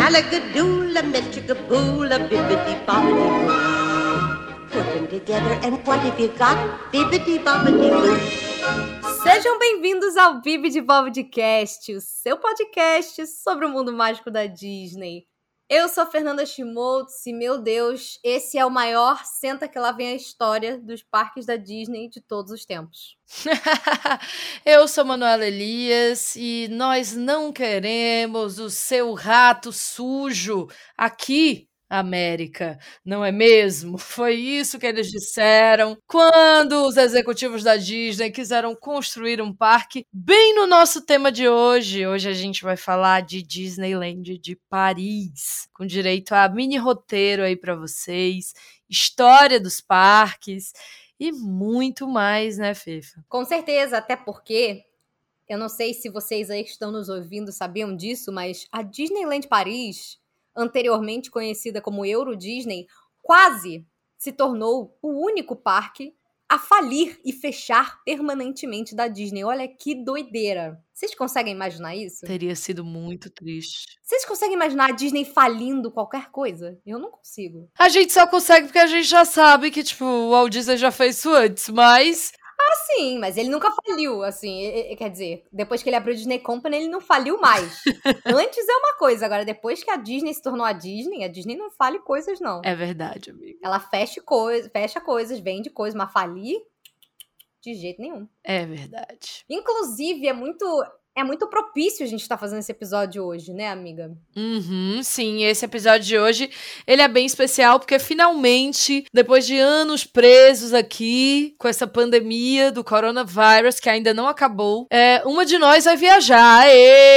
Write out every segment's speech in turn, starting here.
Shalagadoola, metchigaboola, bibbidi-bobbidi-boo. Put them together and what have you got? Bibbidi-bobbidi-boo. Sejam bem-vindos ao Bibbidi Bobbidi-cast, o seu podcast sobre o mundo mágico da Disney. Eu sou a Fernanda Schmoltz e, meu Deus, esse é o maior Senta que lá vem a história dos parques da Disney de todos os tempos. Eu sou Manuela Elias e nós não queremos o seu rato sujo aqui, América, não é mesmo? Foi isso que eles disseram quando os executivos da Disney quiseram construir um parque bem no nosso tema de hoje. Hoje a gente vai falar de Disneyland de Paris, com direito a mini roteiro aí para vocês, história dos parques e muito mais, né, Fefa? Com certeza, até porque, eu não sei se vocês aí que estão nos ouvindo sabiam disso, mas a Disneyland Paris, anteriormente conhecida como Euro Disney, quase se tornou o único parque a falir e fechar permanentemente da Disney. Olha que doideira. Vocês conseguem imaginar isso? Teria sido muito triste. Vocês conseguem imaginar a Disney falindo qualquer coisa? Eu não consigo. A gente só consegue porque a gente já sabe que, tipo, o Walt Disney já fez isso antes, mas... Sim, mas ele nunca faliu, assim, quer dizer, depois que ele abriu o Disney Company, ele não faliu mais. Antes é uma coisa, agora depois que a Disney se tornou a Disney não fale coisas, não. É verdade, amiga. Ela fecha coisas, vende coisas, mas falir, de jeito nenhum. É verdade. Inclusive, é muito propício a gente estar fazendo esse episódio hoje, né, amiga? Sim, esse episódio de hoje, ele é bem especial porque finalmente, depois de anos presos aqui, com essa pandemia do coronavírus, que ainda não acabou, uma de nós vai viajar.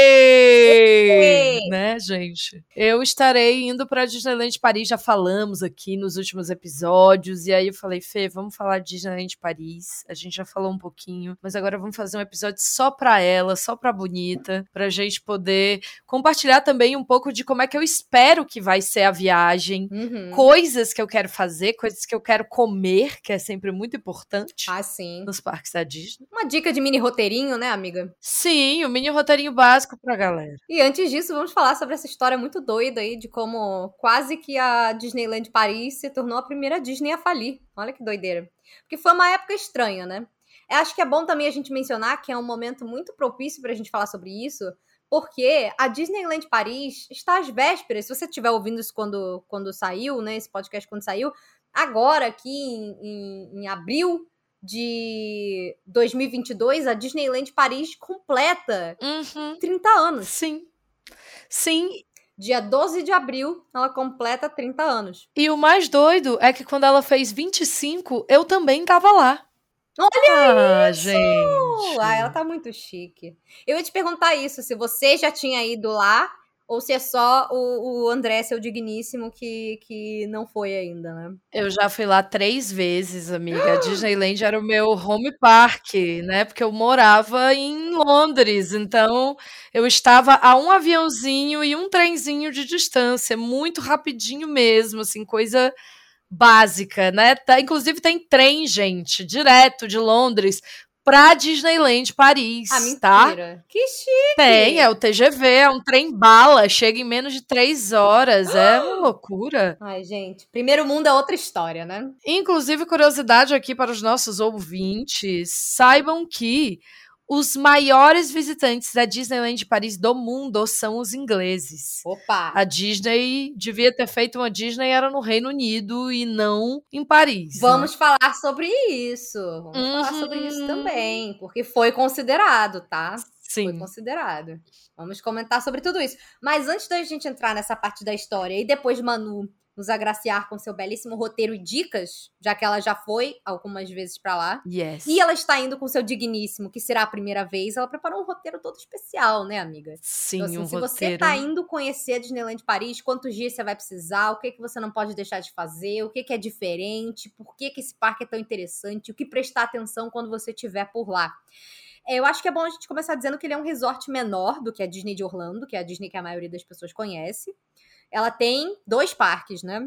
Né, gente? Eu estarei indo pra Disneyland Paris, já falamos aqui nos últimos episódios, e aí eu falei, Fê, vamos falar de Disneyland Paris, a gente já falou um pouquinho, mas agora vamos fazer um episódio só pra ela, só pra bonita, pra gente poder compartilhar também um pouco de como é que eu espero que vai ser a viagem, coisas que eu quero fazer, coisas que eu quero comer, que é sempre muito importante. Sim. Nos parques da Disney. Uma dica de mini roteirinho, né, amiga? Sim, o mini roteirinho básico pra galera. E antes disso, vamos falar sobre essa história muito doida aí de como quase que a Disneyland Paris se tornou a primeira Disney a falir. Olha que doideira. Porque foi uma época estranha, né? Eu acho que é bom também a gente mencionar que é um momento muito propício pra gente falar sobre isso, porque a Disneyland Paris está às vésperas, se você estiver ouvindo isso quando saiu, né, esse podcast quando saiu, agora aqui em abril de 2022, a Disneyland Paris completa 30 anos. Sim. Dia 12 de abril, ela completa 30 anos. E o mais doido é que quando ela fez 25, eu também tava lá. Olha isso! Gente! Ela tá muito chique. Eu ia te perguntar isso, se você já tinha ido lá, ou se é só o André, seu digníssimo, que não foi ainda, né? Eu já fui lá 3 vezes, amiga. A Disneyland era o meu home park, né? Porque eu morava em Londres, então eu estava a um aviãozinho e um trenzinho de distância, muito rapidinho mesmo, assim, coisa básica, né? Inclusive tem trem, gente, direto de Londres pra Disneyland Paris, mentira. Tá? Que chique! Tem, é o TGV, é um trem bala, chega em menos de 3 horas, é uma loucura. Ai, gente, primeiro mundo é outra história, né? Inclusive, curiosidade aqui para os nossos ouvintes, saibam que os maiores visitantes da Disneyland Paris do mundo são os ingleses. Opa! A Disney devia ter feito uma Disney era no Reino Unido e não em Paris. Vamos falar sobre isso. Vamos falar sobre isso também, porque foi considerado, tá? Sim. Foi considerado. Vamos comentar sobre tudo isso. Mas antes da gente entrar nessa parte da história e depois Manu nos agraciar com seu belíssimo roteiro e dicas, já que ela já foi algumas vezes pra lá. Yes. E ela está indo com seu digníssimo, que será a primeira vez. Ela preparou um roteiro todo especial, né, amiga? Sim, então, assim, um se roteiro. você tá indo conhecer a Disneyland Paris, quantos dias você vai precisar, o que você não pode deixar de fazer, o que é diferente, por que esse parque é tão interessante, o que prestar atenção quando você estiver por lá. Eu acho que é bom a gente começar dizendo que ele é um resort menor do que a Disney de Orlando, que é a Disney que a maioria das pessoas conhece. Ela tem 2 parques, né?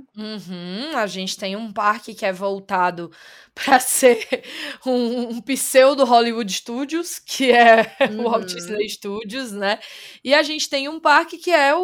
A gente tem um parque que é voltado para ser um pseudo Hollywood Studios, que é o Walt Disney Studios, né? E a gente tem um parque que é o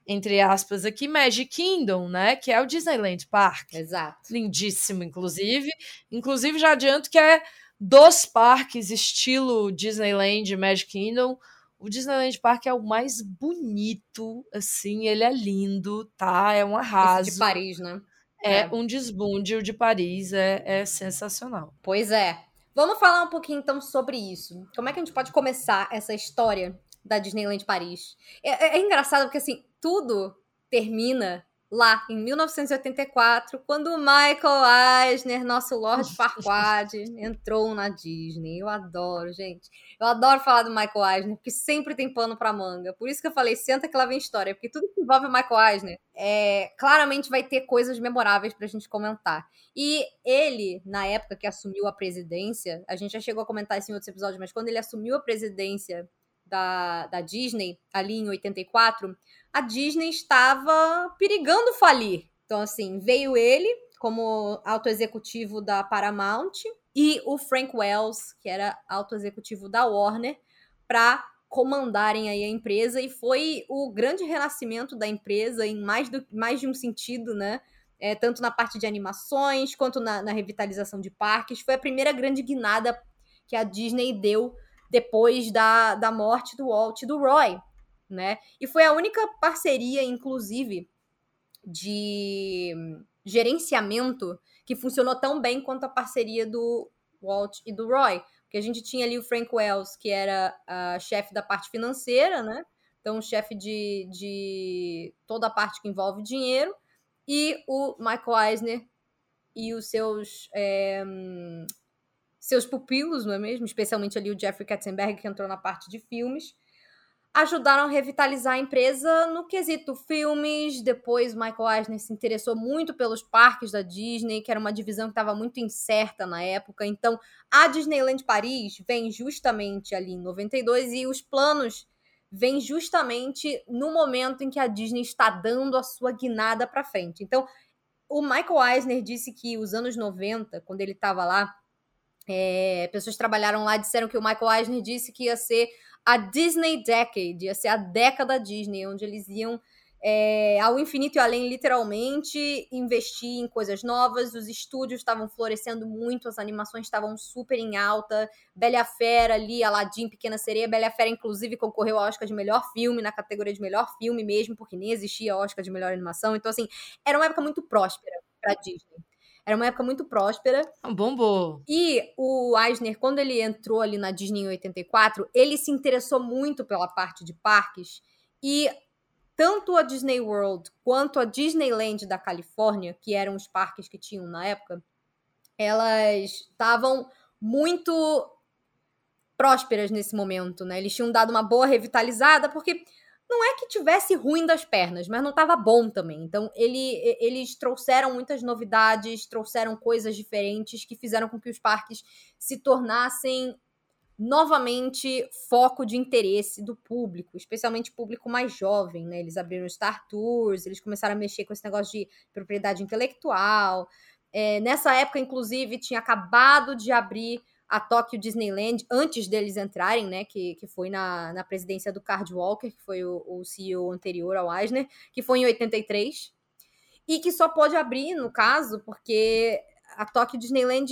entre aspas aqui, Magic Kingdom, né? Que é o Disneyland Park. Exato. Lindíssimo, inclusive. Inclusive, já adianto que é dos parques estilo Disneyland Magic Kingdom, o Disneyland Park é o mais bonito, assim, ele é lindo, tá? É um arraso. Esse de Paris, né? É um desbunde, o de Paris é sensacional. Pois é. Vamos falar um pouquinho, então, sobre isso. Como é que a gente pode começar essa história da Disneyland Paris? É engraçado porque, assim, tudo termina lá, em 1984, quando o Michael Eisner, nosso Lord Farquaad, entrou na Disney. Eu adoro, gente. Eu adoro falar do Michael Eisner, porque sempre tem pano pra manga. Por isso que eu falei, senta que lá vem história. Porque tudo que envolve o Michael Eisner, claramente vai ter coisas memoráveis pra gente comentar. E ele, na época que assumiu a presidência, a gente já chegou a comentar isso em outros episódios, mas quando ele assumiu a presidência da Disney, ali em 84, a Disney estava perigando falir. Então, assim, veio ele como alto executivo da Paramount e o Frank Wells, que era alto executivo da Warner, para comandarem aí a empresa, e foi o grande renascimento da empresa em mais de um sentido, né? Tanto na parte de animações, quanto na revitalização de parques. Foi a primeira grande guinada que a Disney deu depois da morte do Walt e do Roy, né? E foi a única parceria, inclusive, de gerenciamento que funcionou tão bem quanto a parceria do Walt e do Roy. Porque a gente tinha ali o Frank Wells, que era a chefe da parte financeira, né? Então, o chefe de toda a parte que envolve dinheiro, e o Michael Eisner e os seus pupilos, não é mesmo? Especialmente ali o Jeffrey Katzenberg, que entrou na parte de filmes, ajudaram a revitalizar a empresa no quesito filmes. Depois, Michael Eisner se interessou muito pelos parques da Disney, que era uma divisão que estava muito incerta na época. Então, a Disneyland Paris vem justamente ali em 92, e os planos vêm justamente no momento em que a Disney está dando a sua guinada para frente. Então, o Michael Eisner disse que os anos 90, quando ele estava lá, pessoas que trabalharam lá disseram que o Michael Eisner disse que ia ser a Disney Decade, ia ser a década Disney, onde eles iam ao infinito e além, literalmente, investir em coisas novas. Os estúdios estavam florescendo muito, as animações estavam super em alta. Bela Fera ali, Aladdin, Pequena Sereia. Bela Fera, inclusive, concorreu ao Oscar de melhor filme, na categoria de melhor filme mesmo, porque nem existia Oscar de melhor animação. Então, assim, era uma época muito próspera pra Disney. Era uma época muito próspera. Bombou. E o Eisner, quando ele entrou ali na Disney em 84, ele se interessou muito pela parte de parques. E tanto a Disney World quanto a Disneyland da Califórnia, que eram os parques que tinham na época, elas estavam muito prósperas nesse momento, né? Eles tinham dado uma boa revitalizada, porque não é que tivesse ruim das pernas, mas não estava bom também. Então, eles trouxeram muitas novidades, trouxeram coisas diferentes que fizeram com que os parques se tornassem novamente foco de interesse do público, especialmente público mais jovem, né? Eles abriram Star Tours, eles começaram a mexer com esse negócio de propriedade intelectual. Nessa época, inclusive, tinha acabado de abrir a Tokyo Disneyland, antes deles entrarem, né, que foi na presidência do Card Walker, que foi o CEO anterior ao Eisner, que foi em 83, e que só pode abrir, no caso, porque a Tokyo Disneyland,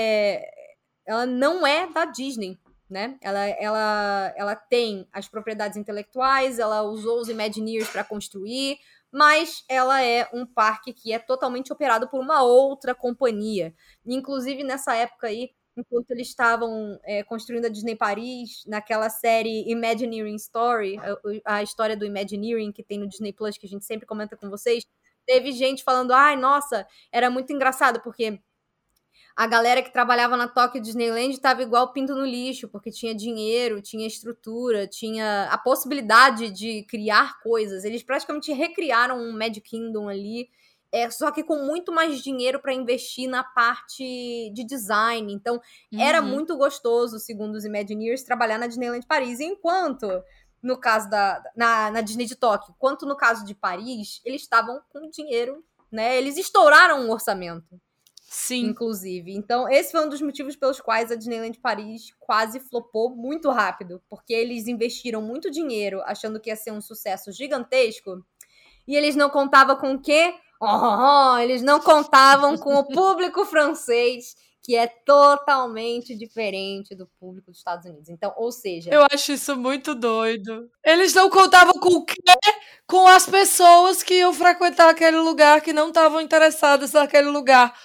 ela não é da Disney, né? Ela tem as propriedades intelectuais, ela usou os Imagineers para construir, mas ela é um parque que é totalmente operado por uma outra companhia. Inclusive, nessa época aí, enquanto eles estavam construindo a Disney Paris, naquela série Imagineering Story, a história do Imagineering que tem no Disney Plus, que a gente sempre comenta com vocês, teve gente falando, ai, nossa, era muito engraçado, porque a galera que trabalhava na Tokyo Disneyland estava igual pinto no lixo, porque tinha dinheiro, tinha estrutura, tinha a possibilidade de criar coisas. Eles praticamente recriaram um Magic Kingdom ali, só que com muito mais dinheiro para investir na parte de design. Então, era muito gostoso, segundo os Imagineers, trabalhar na Disneyland Paris. Enquanto, no caso na Disney de Tóquio, quanto no caso de Paris, eles estavam com dinheiro, né? Eles estouraram um orçamento. Sim. Inclusive. Então, esse foi um dos motivos pelos quais a Disneyland Paris quase flopou muito rápido, porque eles investiram muito dinheiro achando que ia ser um sucesso gigantesco, E eles não contavam com o quê? Eles não contavam com o público francês, que é totalmente diferente do público dos Estados Unidos. Então, ou seja... Eu acho isso muito doido. Eles não contavam com o quê? Com as pessoas que iam frequentar aquele lugar, que não estavam interessadas naquele lugar.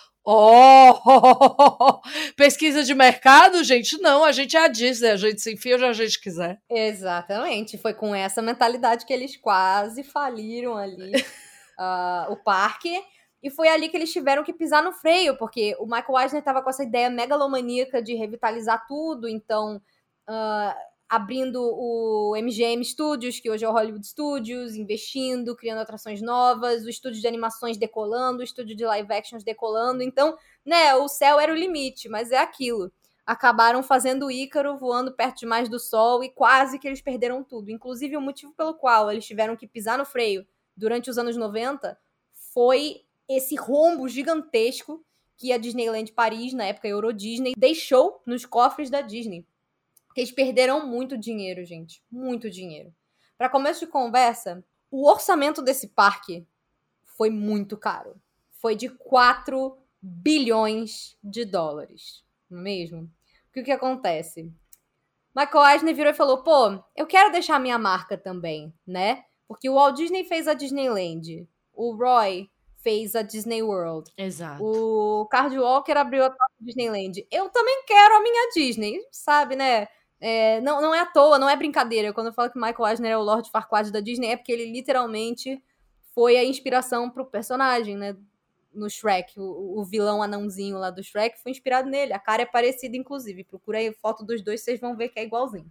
Pesquisa de mercado, gente? Não, a gente é a Disney, a gente se enfia onde a gente quiser. Exatamente, foi com essa mentalidade que eles quase faliram ali o parque, e foi ali que eles tiveram que pisar no freio, porque o Michael Eisner estava com essa ideia megalomaníaca de revitalizar tudo, então abrindo o MGM Studios, que hoje é o Hollywood Studios, investindo, criando atrações novas, o estúdio de animações decolando, o estúdio de live actions decolando, então, né, o céu era o limite, mas é aquilo. Acabaram fazendo o Ícaro voando perto demais do sol e quase que eles perderam tudo. Inclusive, o motivo pelo qual eles tiveram que pisar no freio durante os anos 90 foi esse rombo gigantesco que a Disneyland Paris, na época Euro Disney, deixou nos cofres da Disney. Porque eles perderam muito dinheiro, gente. Muito dinheiro. Para começo de conversa, o orçamento desse parque foi muito caro. Foi de 4 bilhões de dólares. Não é mesmo? O que acontece? Michael Eisner virou e falou, pô, eu quero deixar a minha marca também, né? Porque o Walt Disney fez a Disneyland. O Roy fez a Disney World. Exato. O Card Walker abriu a própria Disneyland. Eu também quero a minha Disney, sabe, né? Não é à toa, não é brincadeira. Quando eu falo que Michael Eisner é o Lord Farquaad da Disney, é porque ele literalmente foi a inspiração pro personagem, né? No Shrek, o vilão anãozinho lá do Shrek foi inspirado nele. A cara é parecida, inclusive. Procura aí foto dos dois, vocês vão ver que é igualzinho.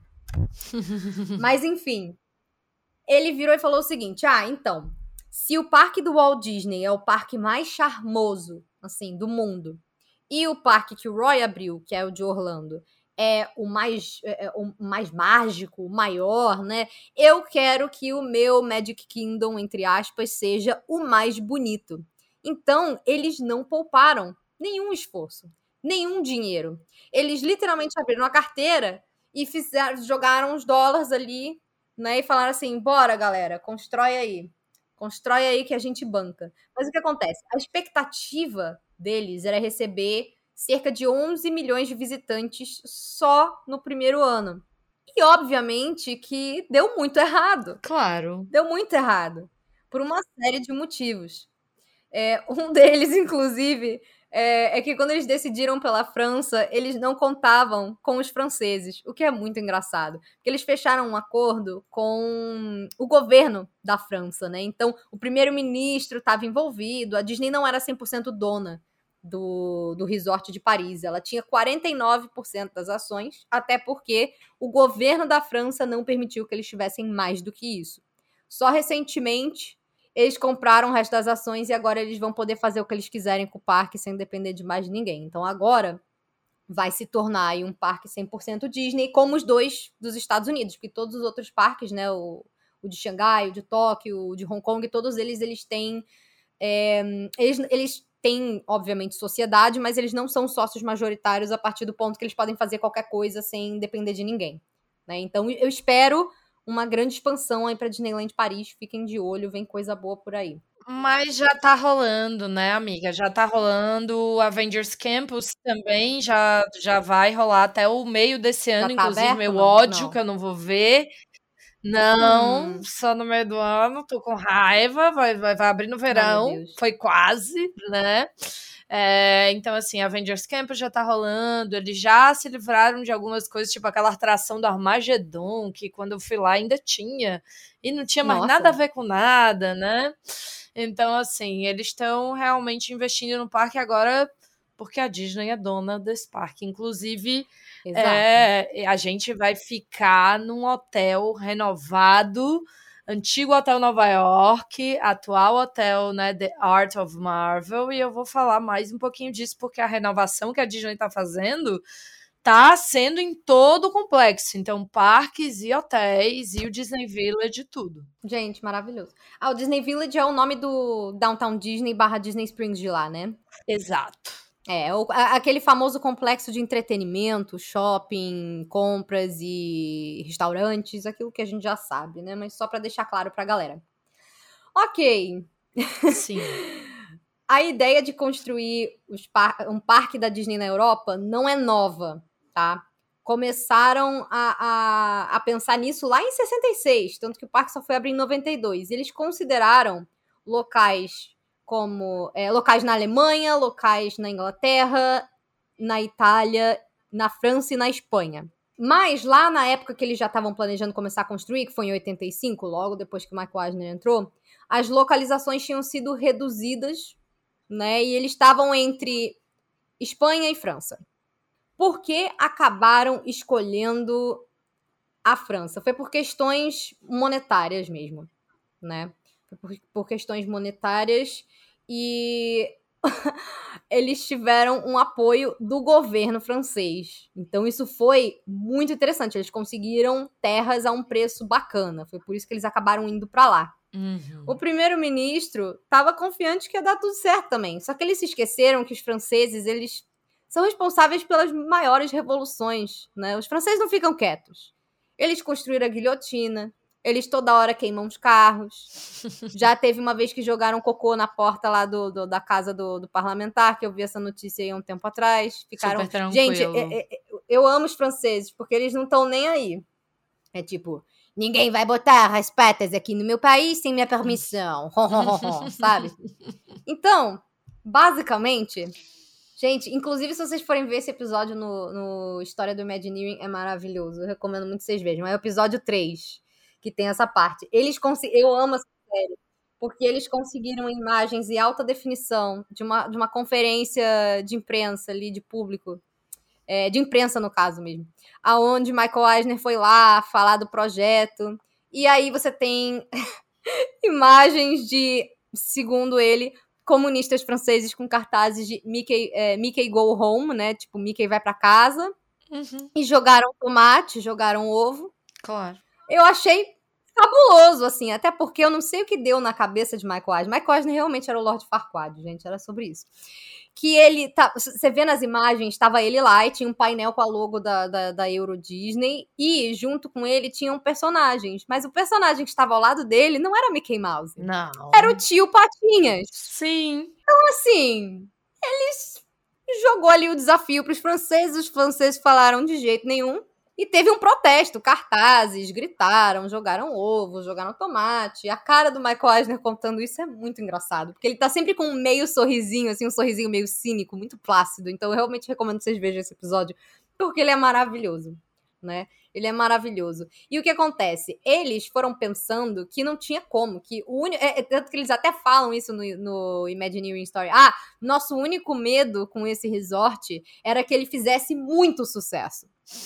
Mas, enfim. Ele virou e falou o seguinte, então, se o parque do Walt Disney é o parque mais charmoso, assim, do mundo, e o parque que o Roy abriu, que é o de Orlando, é o mais mágico, o maior, né? Eu quero que o meu Magic Kingdom, entre aspas, seja o mais bonito. Então, eles não pouparam nenhum esforço, nenhum dinheiro. Eles literalmente abriram a carteira e jogaram os dólares ali, né? E falaram assim, bora, galera, constrói aí que a gente banca. Mas o que acontece? A expectativa deles era receber cerca de 11 milhões de visitantes só no primeiro ano. E, obviamente, que deu muito errado. Claro. Deu muito errado. Por uma série de motivos. Um deles, inclusive, é que quando eles decidiram pela França, eles não contavam com os franceses, o que é muito engraçado. Porque eles fecharam um acordo com o governo da França, né? Então, o primeiro-ministro estava envolvido, a Disney não era 100% dona do resort de Paris. Ela tinha 49% das ações, até porque o governo da França não permitiu que eles tivessem mais do que isso. Só recentemente, eles compraram o resto das ações e agora eles vão poder fazer o que eles quiserem com o parque sem depender de mais ninguém. Então agora vai se tornar aí um parque 100% Disney, como os dois dos Estados Unidos, porque todos os outros parques, né, o de Xangai, o de Tóquio, o de Hong Kong, todos eles têm... Eles têm, obviamente, sociedade, mas eles não são sócios majoritários a partir do ponto que eles podem fazer qualquer coisa sem depender de ninguém, né? Então eu espero uma grande expansão aí pra Disneyland Paris, fiquem de olho, vem coisa boa por aí. Mas já tá rolando, né, amiga? Já tá rolando. O Avengers Campus também já vai rolar até o meio desse ano, Já tá inclusive. aberto, Meu não? ódio, Não. que eu não vou ver. Não, só no meio do ano, tô com raiva. Vai abrir no Ai, meu verão. Deus. Foi quase, né? Então, assim, Avengers Campus já tá rolando. Eles já se livraram de algumas coisas, tipo aquela atração do Armagedon, que quando eu fui lá ainda tinha. E não tinha mais Nossa. nada a ver com nada, né? Então, assim, eles estão realmente investindo no parque agora porque a Disney é dona desse parque. Inclusive, a gente vai ficar num hotel renovado, antigo Hotel Nova York, atual hotel, né, The Art of Marvel, e eu vou falar mais um pouquinho disso, porque a renovação que a Disney está fazendo tá sendo em todo o complexo. Então, parques e hotéis e o Disney Village e tudo. Gente, maravilhoso. O Disney Village é o nome do Downtown Disney / Disney Springs de lá, né? Exato. Aquele famoso complexo de entretenimento, shopping, compras e restaurantes, aquilo que a gente já sabe, né? Mas só pra deixar claro pra galera. Ok. Sim. A ideia de construir um parque da Disney na Europa não é nova, tá? Começaram a pensar nisso lá em 66, tanto que o parque só foi abrir em 92. Eles consideraram locais como locais na Alemanha, locais na Inglaterra, na Itália, na França e na Espanha. Mas lá na época que eles já estavam planejando começar a construir, que foi em 85, logo depois que o Michael Eisner entrou, as localizações tinham sido reduzidas, né? E eles estavam entre Espanha e França. Por que acabaram escolhendo a França? Foi por questões monetárias mesmo, né? Foi por questões monetárias e eles tiveram um apoio do governo francês. Então isso foi muito interessante. Eles conseguiram terras a um preço bacana. Foi por isso que eles acabaram indo para lá. O primeiro-ministro estava confiante que ia dar tudo certo também. Só que eles se esqueceram que os franceses, eles são responsáveis pelas maiores revoluções, né? Os franceses não ficam quietos. Eles construíram a guilhotina, eles toda hora queimam os carros. Já teve uma vez que jogaram cocô na porta lá da casa do parlamentar, que eu vi essa notícia aí há um tempo atrás. Ficaram... Super tranquilo. Gente, eu amo os franceses, porque eles não estão nem aí. É tipo, ninguém vai botar as patas aqui no meu país sem minha permissão. Sabe? Então, basicamente... Gente, inclusive se vocês forem ver esse episódio no História do Imagineering, é maravilhoso. Eu recomendo muito que vocês vejam. É o episódio 3, que tem essa parte. Eu amo essa série, porque eles conseguiram imagens em alta definição de uma conferência de imprensa ali, de público. De imprensa, no caso mesmo. Aonde Michael Eisner foi lá falar do projeto. E aí você tem imagens de, segundo ele, comunistas franceses com cartazes de Mickey go home, né? Tipo, Mickey vai pra casa. E jogaram tomate, jogaram ovo. Claro. Eu achei fabuloso, assim, até porque eu não sei o que deu na cabeça de Michael Eisner. Michael Eisner realmente era o Lord Farquaad, gente, era sobre isso. Que ele, você vê nas imagens, estava ele lá e tinha um painel com a logo da Euro Disney e junto com ele tinham personagens, mas o personagem que estava ao lado dele não era Mickey Mouse. Não. Era o tio Patinhas. Sim. Então, assim, eles jogou ali o desafio para os franceses falaram de jeito nenhum. E teve um protesto, cartazes, gritaram, jogaram ovo, jogaram tomate. A cara do Michael Eisner contando isso é muito engraçado, porque ele tá sempre com um meio sorrisinho, assim, um sorrisinho meio cínico, muito plácido. Então eu realmente recomendo que vocês vejam esse episódio, porque ele é maravilhoso, né? Ele é maravilhoso. E o que acontece? Eles foram pensando que não tinha como, que o único... tanto que eles até falam isso no Imagineering Story. Nosso único medo com esse resort era que ele fizesse muito sucesso.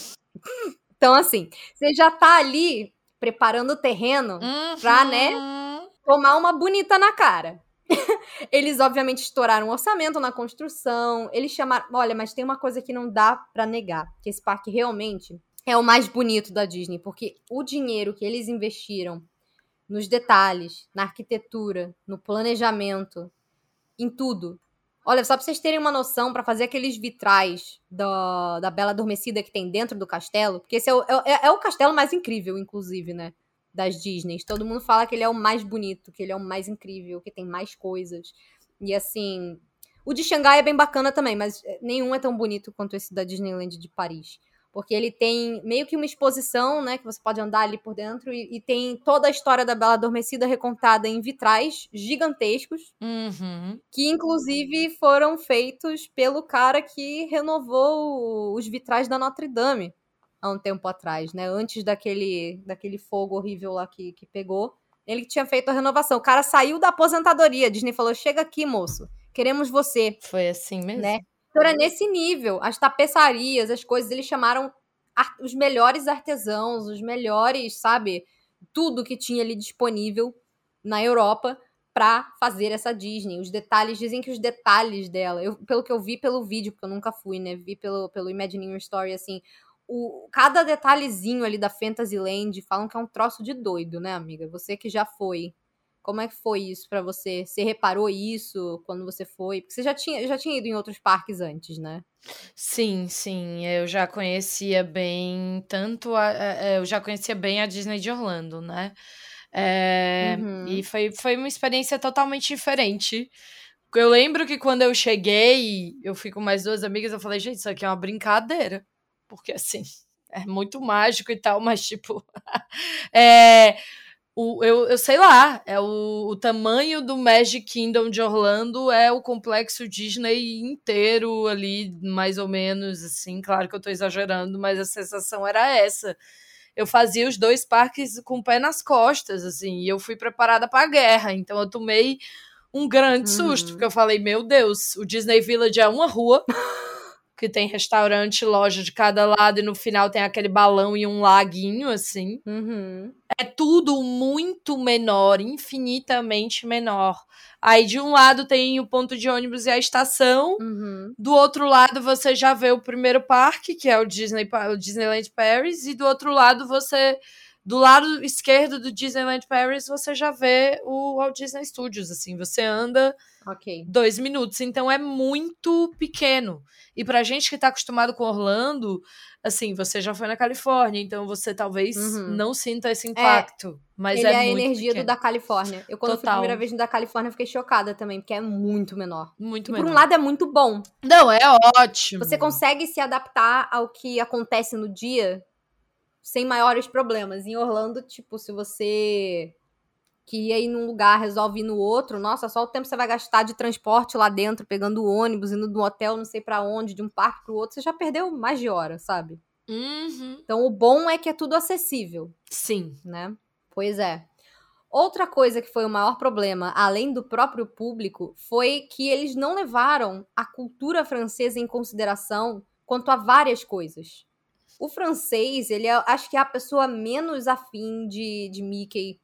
Então, assim, você já tá ali preparando o terreno pra, né, tomar uma bonita na cara. Eles, obviamente, estouraram o orçamento na construção. Eles chamaram... Olha, mas tem uma coisa que não dá pra negar, que esse parque realmente é o mais bonito da Disney, porque o dinheiro que eles investiram nos detalhes, na arquitetura, no planejamento, em tudo. Olha, só pra vocês terem uma noção, pra fazer aqueles vitrais da Bela Adormecida que tem dentro do castelo, porque esse é o castelo mais incrível, inclusive, né, das Disney. Todo mundo fala que ele é o mais bonito, que ele é o mais incrível, que tem mais coisas. E, assim, o de Xangai é bem bacana também, mas nenhum é tão bonito quanto esse da Disneyland de Paris. Porque ele tem meio que uma exposição, né, que você pode andar ali por dentro, e tem toda a história da Bela Adormecida recontada em vitrais gigantescos, que inclusive foram feitos pelo cara que renovou os vitrais da Notre Dame há um tempo atrás, né, antes daquele fogo horrível lá que pegou. Ele tinha feito a renovação. O cara saiu da aposentadoria. A Disney falou, chega aqui, moço, queremos você. Foi assim mesmo? Né? Então era nesse nível. As tapeçarias, as coisas, eles chamaram os melhores artesãos, os melhores, sabe? Tudo que tinha ali disponível na Europa pra fazer essa Disney. Os detalhes, dizem que os detalhes dela, pelo que eu vi pelo vídeo, porque eu nunca fui, né? Vi pelo Imagineering Story, assim, cada detalhezinho ali da Fantasyland, falam que é um troço de doido, né, amiga? Você que já foi. Como é que foi isso pra você? Você reparou isso quando você foi? Porque você já tinha ido em outros parques antes, né? Sim, eu já conhecia bem eu já conhecia bem a Disney de Orlando, né? E foi uma experiência totalmente diferente. Eu lembro que quando eu cheguei, eu fui com mais 2 amigas, eu falei, gente, isso aqui é uma brincadeira. Porque, assim, é muito mágico e tal, mas, tipo... eu sei lá, o tamanho do Magic Kingdom de Orlando é o complexo Disney inteiro ali, mais ou menos, assim. Claro que eu tô exagerando, mas a sensação era essa. Eu fazia os 2 parques com o pé nas costas, assim, e eu fui preparada pra guerra. Então eu tomei um grande susto, porque eu falei, meu Deus, o Disney Village é uma rua, que tem restaurante, loja de cada lado, e no final tem aquele balão e um laguinho, assim. É tudo muito menor, infinitamente menor. Aí de um lado tem o ponto de ônibus e a estação, do outro lado você já vê o primeiro parque, que é o Disneyland Paris, e do outro lado do lado esquerdo do Disneyland Paris, você já vê o Walt Disney Studios, assim, você anda 2 minutos, então é muito pequeno. E pra gente que tá acostumado com Orlando, assim, você já foi na Califórnia, então você talvez não sinta esse impacto, mas ele é é a muito energia pequeno. do da Califórnia. Eu, quando fui a primeira vez no da Califórnia, fiquei chocada também, porque é muito menor. Muito e menor. por um lado é muito bom. Não, é ótimo. Você consegue se adaptar ao que acontece no dia sem maiores problemas. Em Orlando, tipo, se você queria ir num lugar, resolve ir no outro, nossa, só o tempo que você vai gastar de transporte lá dentro, pegando o ônibus, indo de um hotel não sei pra onde, de um parque pro outro, você já perdeu mais de hora, sabe? Então o bom é que é tudo acessível. Sim. Né? Pois é. Outra coisa que foi o maior problema, além do próprio público, foi que eles não levaram a cultura francesa em consideração quanto a várias coisas. O francês, ele acho que é a pessoa menos afim de Mickey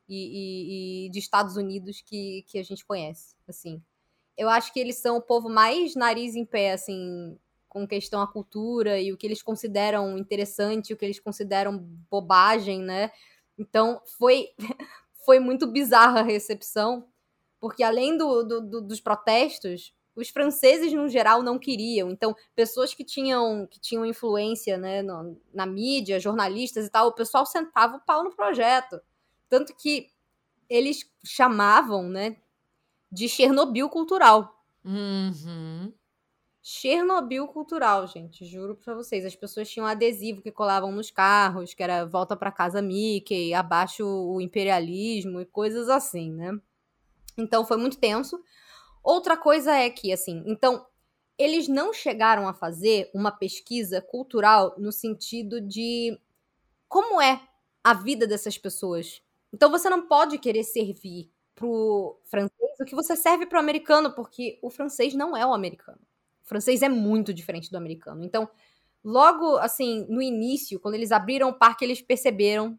e de Estados Unidos que a gente conhece, assim. Eu acho que eles são o povo mais nariz em pé, assim, com questão à cultura e o que eles consideram interessante, o que eles consideram bobagem, né? Então, foi muito bizarra a recepção, porque além dos protestos, os franceses, no geral, não queriam. Então, pessoas que tinham influência, né, na mídia, jornalistas e tal, o pessoal sentava o pau no projeto. Tanto que eles chamavam, né, de Chernobyl cultural. Chernobyl cultural, gente, juro pra vocês. As pessoas tinham adesivo que colavam nos carros, que era volta pra casa Mickey, abaixo o imperialismo e coisas assim, né? Então foi muito tenso. Outra coisa é que, assim, então, eles não chegaram a fazer uma pesquisa cultural no sentido de como é a vida dessas pessoas. Então você não pode querer servir pro francês o que você serve pro americano, porque o francês não é o americano. O francês é muito diferente do americano. Então, logo, assim, no início, quando eles abriram o parque, eles perceberam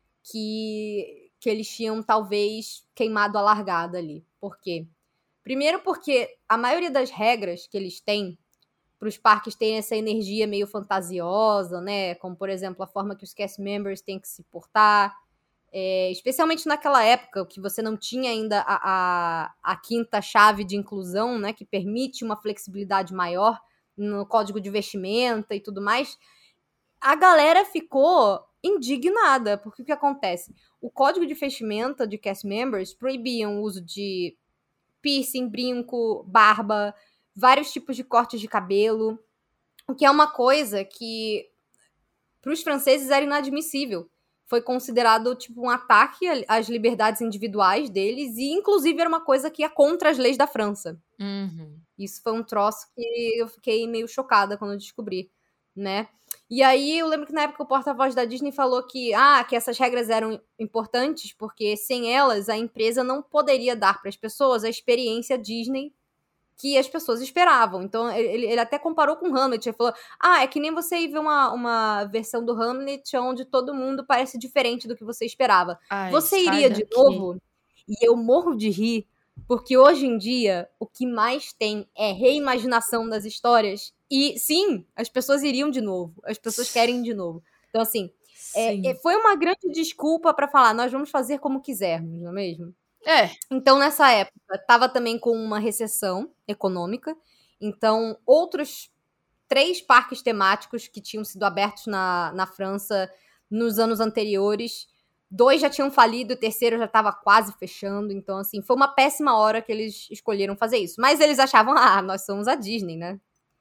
que eles tinham, talvez, queimado a largada ali. Por quê? Primeiro porque a maioria das regras que eles têm para os parques terem essa energia meio fantasiosa, né? Como, por exemplo, a forma que os cast members têm que se portar. Especialmente naquela época, que você não tinha ainda a quinta chave de inclusão, né? Que permite uma flexibilidade maior no código de vestimenta e tudo mais. A galera ficou indignada, porque o que acontece? O código de vestimenta de cast members proibiam o uso de piercing, brinco, barba, vários tipos de cortes de cabelo, o que é uma coisa que para os franceses era inadmissível. Foi considerado tipo um ataque às liberdades individuais deles e inclusive era uma coisa que é contra as leis da França. Isso foi um troço que eu fiquei meio chocada quando eu descobri, né? E aí eu lembro que na época o porta-voz da Disney falou que essas regras eram importantes porque sem elas a empresa não poderia dar para as pessoas a experiência Disney que as pessoas esperavam. Então ele até comparou com Hamlet, ele falou, é que nem você ir ver uma versão do Hamlet onde todo mundo parece diferente do que você esperava. Você iria de novo? E eu morro de rir, porque hoje em dia o que mais tem é reimaginação das histórias. E sim, as pessoas iriam de novo. As pessoas querem de novo. Então, assim, foi uma grande desculpa para falar, nós vamos fazer como quisermos, não é mesmo? Então, nessa época, estava também com uma recessão econômica. Então, outros 3 parques temáticos que tinham sido abertos na França nos anos anteriores 2 já tinham falido, o terceiro já tava quase fechando. Então, assim, foi uma péssima hora que eles escolheram fazer isso. Mas eles achavam, nós somos a Disney, né?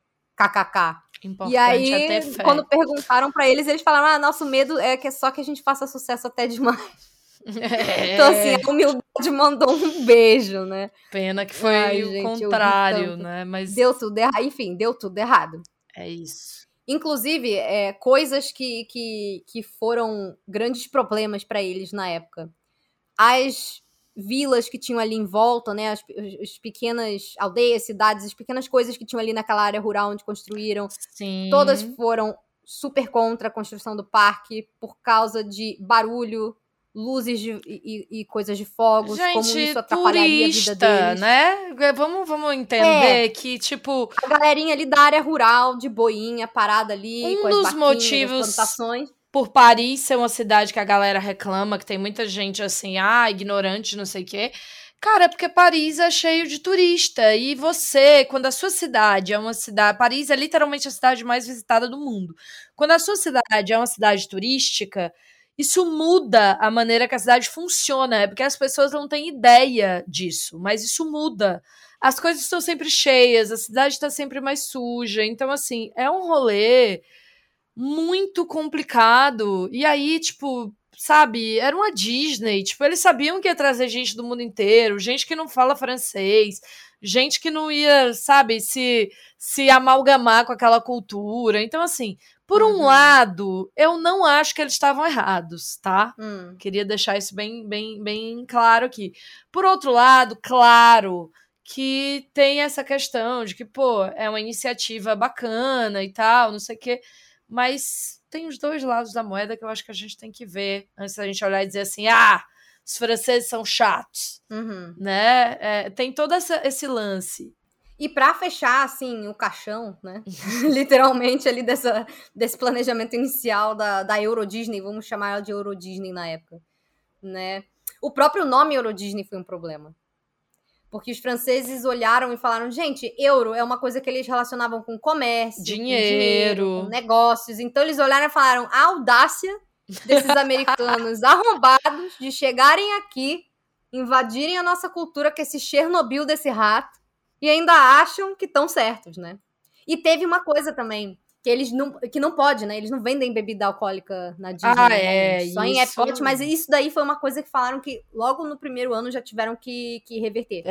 KKK. Importante E aí, é ter fé. quando perguntaram pra eles, eles falaram, nosso medo é que é só que a gente faça sucesso até demais. Então, assim, a humildade mandou um beijo, né? Pena que foi o contrário, né? Mas deu tudo errado. Enfim, deu tudo errado. É isso. Inclusive, coisas que foram grandes problemas para eles na época. As vilas que tinham ali em volta, né? As pequenas aldeias, cidades, as pequenas coisas que tinham ali naquela área rural onde construíram. Sim. Todas foram super contra a construção do parque por causa de barulho, luzes e coisas de fogos, gente, como isso atrapalharia turista, a vida deles. Né? Vamos entender que, tipo... A galerinha ali da área rural, de boinha, parada ali, com as dos vaquinhas, motivos as plantações. Por Paris ser uma cidade que a galera reclama, que tem muita gente assim, ignorante, não sei o quê. Cara, é porque Paris é cheio de turista. E você, quando a sua cidade é uma cidade... Paris é literalmente a cidade mais visitada do mundo. Quando a sua cidade é uma cidade turística... Isso muda a maneira que a cidade funciona, porque as pessoas não têm ideia disso, mas isso muda. As coisas estão sempre cheias, a cidade está sempre mais suja, então, assim, é um rolê muito complicado. E aí, tipo, sabe, era uma Disney, tipo, eles sabiam que ia trazer gente do mundo inteiro, gente que não fala francês, gente que não ia, sabe, se amalgamar com aquela cultura. Então, assim... Por um lado, eu não acho que eles estavam errados, tá? Queria deixar isso bem claro aqui. Por outro lado, claro que tem essa questão de que, pô, é uma iniciativa bacana e tal, não sei o quê, mas tem os dois lados da moeda que eu acho que a gente tem que ver antes da gente olhar e dizer assim, os franceses são chatos, né? Tem todo esse lance. E pra fechar, assim, o caixão, né? Literalmente ali desse planejamento inicial da Euro Disney, vamos chamar ela de Euro Disney na época, né? O próprio nome Euro Disney foi um problema. Porque os franceses olharam e falaram, gente, euro é uma coisa que eles relacionavam com comércio, dinheiro, com negócios. Então eles olharam e falaram, a audácia desses americanos arrombados de chegarem aqui, invadirem a nossa cultura com esse Chernobyl desse rato, e ainda acham que estão certos, né? E teve uma coisa também, que eles não pode, né? Eles não vendem bebida alcoólica na Disney. Só em Epcot, mas isso daí foi uma coisa que falaram que logo no primeiro ano já tiveram que reverter.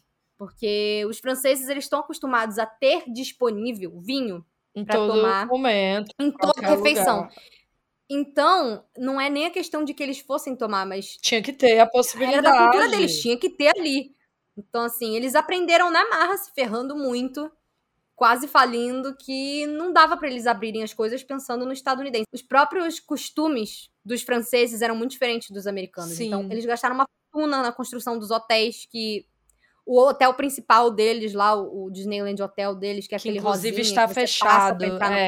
Porque os franceses, eles estão acostumados a ter disponível vinho para tomar momento, em toda refeição. Lugar. Então, não é nem a questão de que eles fossem tomar, mas... Tinha que ter a possibilidade. Era da cultura deles, tinha que ter ali. Então, assim, eles aprenderam na marra, se ferrando muito, quase falindo, que não dava para eles abrirem as coisas pensando no estadunidense. Os próprios costumes dos franceses eram muito diferentes dos americanos. Sim. Então, eles gastaram uma fortuna na construção dos hotéis, que o hotel principal deles lá, o Disneyland Hotel deles, que é aquele rosinha, inclusive está fechado,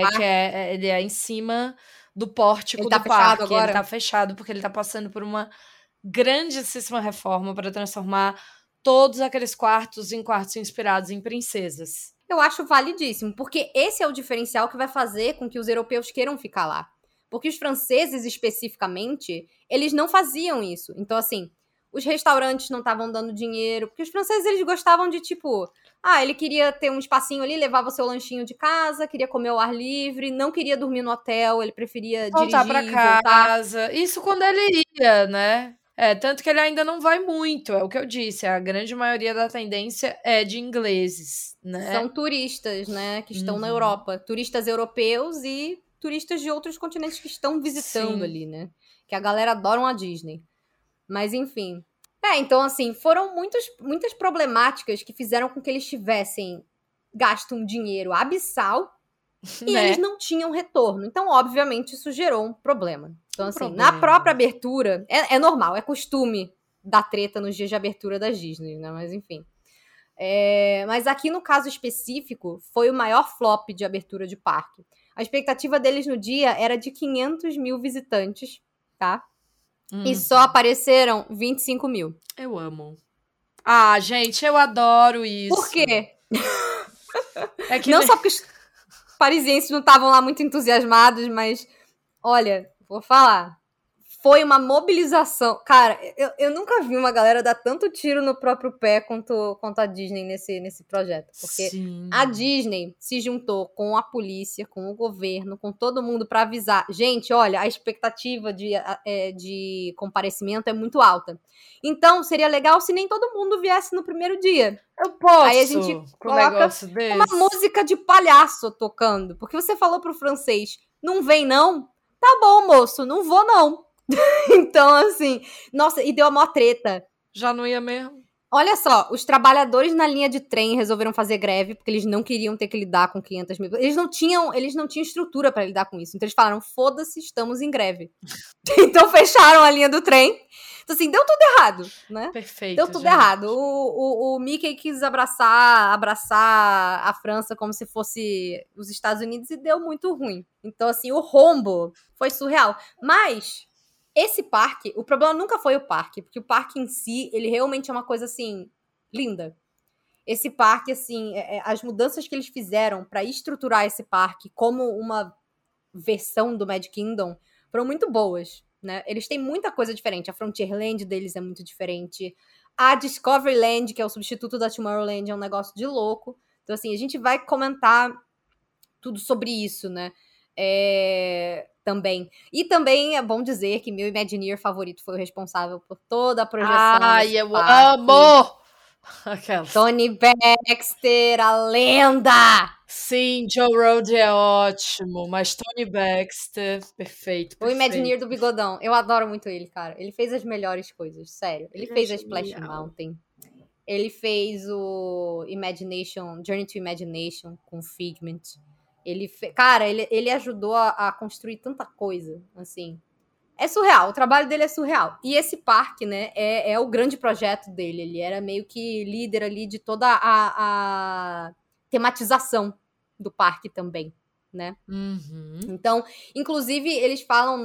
ele é em cima do pórtico do parque. Agora? Ele tá fechado porque ele tá passando por uma grandíssima reforma para transformar todos aqueles quartos em quartos inspirados em princesas. Eu acho validíssimo, porque esse é o diferencial que vai fazer com que os europeus queiram ficar lá. Porque os franceses, especificamente, eles não faziam isso. Então, assim, os restaurantes não estavam dando dinheiro, porque os franceses, eles gostavam de, tipo... ele queria ter um espacinho ali, levava o seu lanchinho de casa, queria comer ao ar livre, não queria dormir no hotel, ele preferia voltar dirigir, pra casa. Isso quando ele ia, né? Tanto que ele ainda não vai muito, é o que eu disse, a grande maioria da tendência é de ingleses, né? São turistas, né, que estão na Europa, turistas europeus e turistas de outros continentes que estão visitando ali, né, que a galera adora a Disney. Mas, enfim. Então, assim, foram muitas problemáticas que fizeram com que eles tivessem gasto um dinheiro abissal e eles não tinham retorno. Então, obviamente, isso gerou um problema. Então, assim, na própria abertura, é normal, é costume dar treta nos dias de abertura da Disney, né? Mas, enfim. Mas aqui, no caso específico, foi o maior flop de abertura de parque. A expectativa deles no dia era de 500 mil visitantes, tá? E só apareceram 25 mil. Eu amo. Gente, eu adoro isso. Por quê? Não só porque os parisienses não estavam lá muito entusiasmados, mas, olha, vou falar, foi uma mobilização. Cara, eu nunca vi uma galera dar tanto tiro no próprio pé quanto a Disney nesse projeto. Porque Sim. a Disney se juntou com a polícia, com o governo, com todo mundo pra avisar. Gente, olha, a expectativa de comparecimento é muito alta. Então, seria legal se nem todo mundo viesse no primeiro dia. Eu posso Aí a gente com um coloca negócio desse? uma música de palhaço tocando. Porque você falou pro francês, não vem não? Tá bom, moço, não vou não. Então, assim, nossa, e deu a maior treta. Já não ia mesmo? Olha só, os trabalhadores na linha de trem resolveram fazer greve, porque eles não queriam ter que lidar com 500 mil. Eles não tinham estrutura pra lidar com isso. Então eles falaram, foda-se, estamos em greve. Então fecharam a linha do trem. Então assim, deu tudo errado, né? Perfeito, Deu tudo gente. errado. O Mickey quis abraçar a França como se fosse os Estados Unidos e deu muito ruim. Então assim, o rombo foi surreal. Mas esse parque, o problema nunca foi o parque, porque o parque em si, ele realmente é uma coisa, assim, linda. Esse parque, assim, as mudanças que eles fizeram pra estruturar esse parque como uma versão do Magic Kingdom foram muito boas, né? Eles têm muita coisa diferente. A Frontierland deles é muito diferente. A Discoveryland, que é o substituto da Tomorrowland, é um negócio de louco. Então, assim, a gente vai comentar tudo sobre isso, né? Também. E também é bom dizer que meu Imagineer favorito foi o responsável por toda a projeção. Ai, eu amo! Aquelas. Tony Baxter, a lenda! Sim, Joe Rohde é ótimo, mas Tony Baxter, perfeito. O Imagineer do Bigodão. Eu adoro muito ele, cara. Ele fez as melhores coisas, sério. Ele fez a Splash Mountain. Ele fez o Journey to Imagination com Figment. Cara, ele ajudou a construir tanta coisa, assim. É surreal, o trabalho dele é surreal. E esse parque, né, é o grande projeto dele. Ele era meio que líder ali de toda a tematização do parque também, né? Uhum. Então, inclusive, eles falam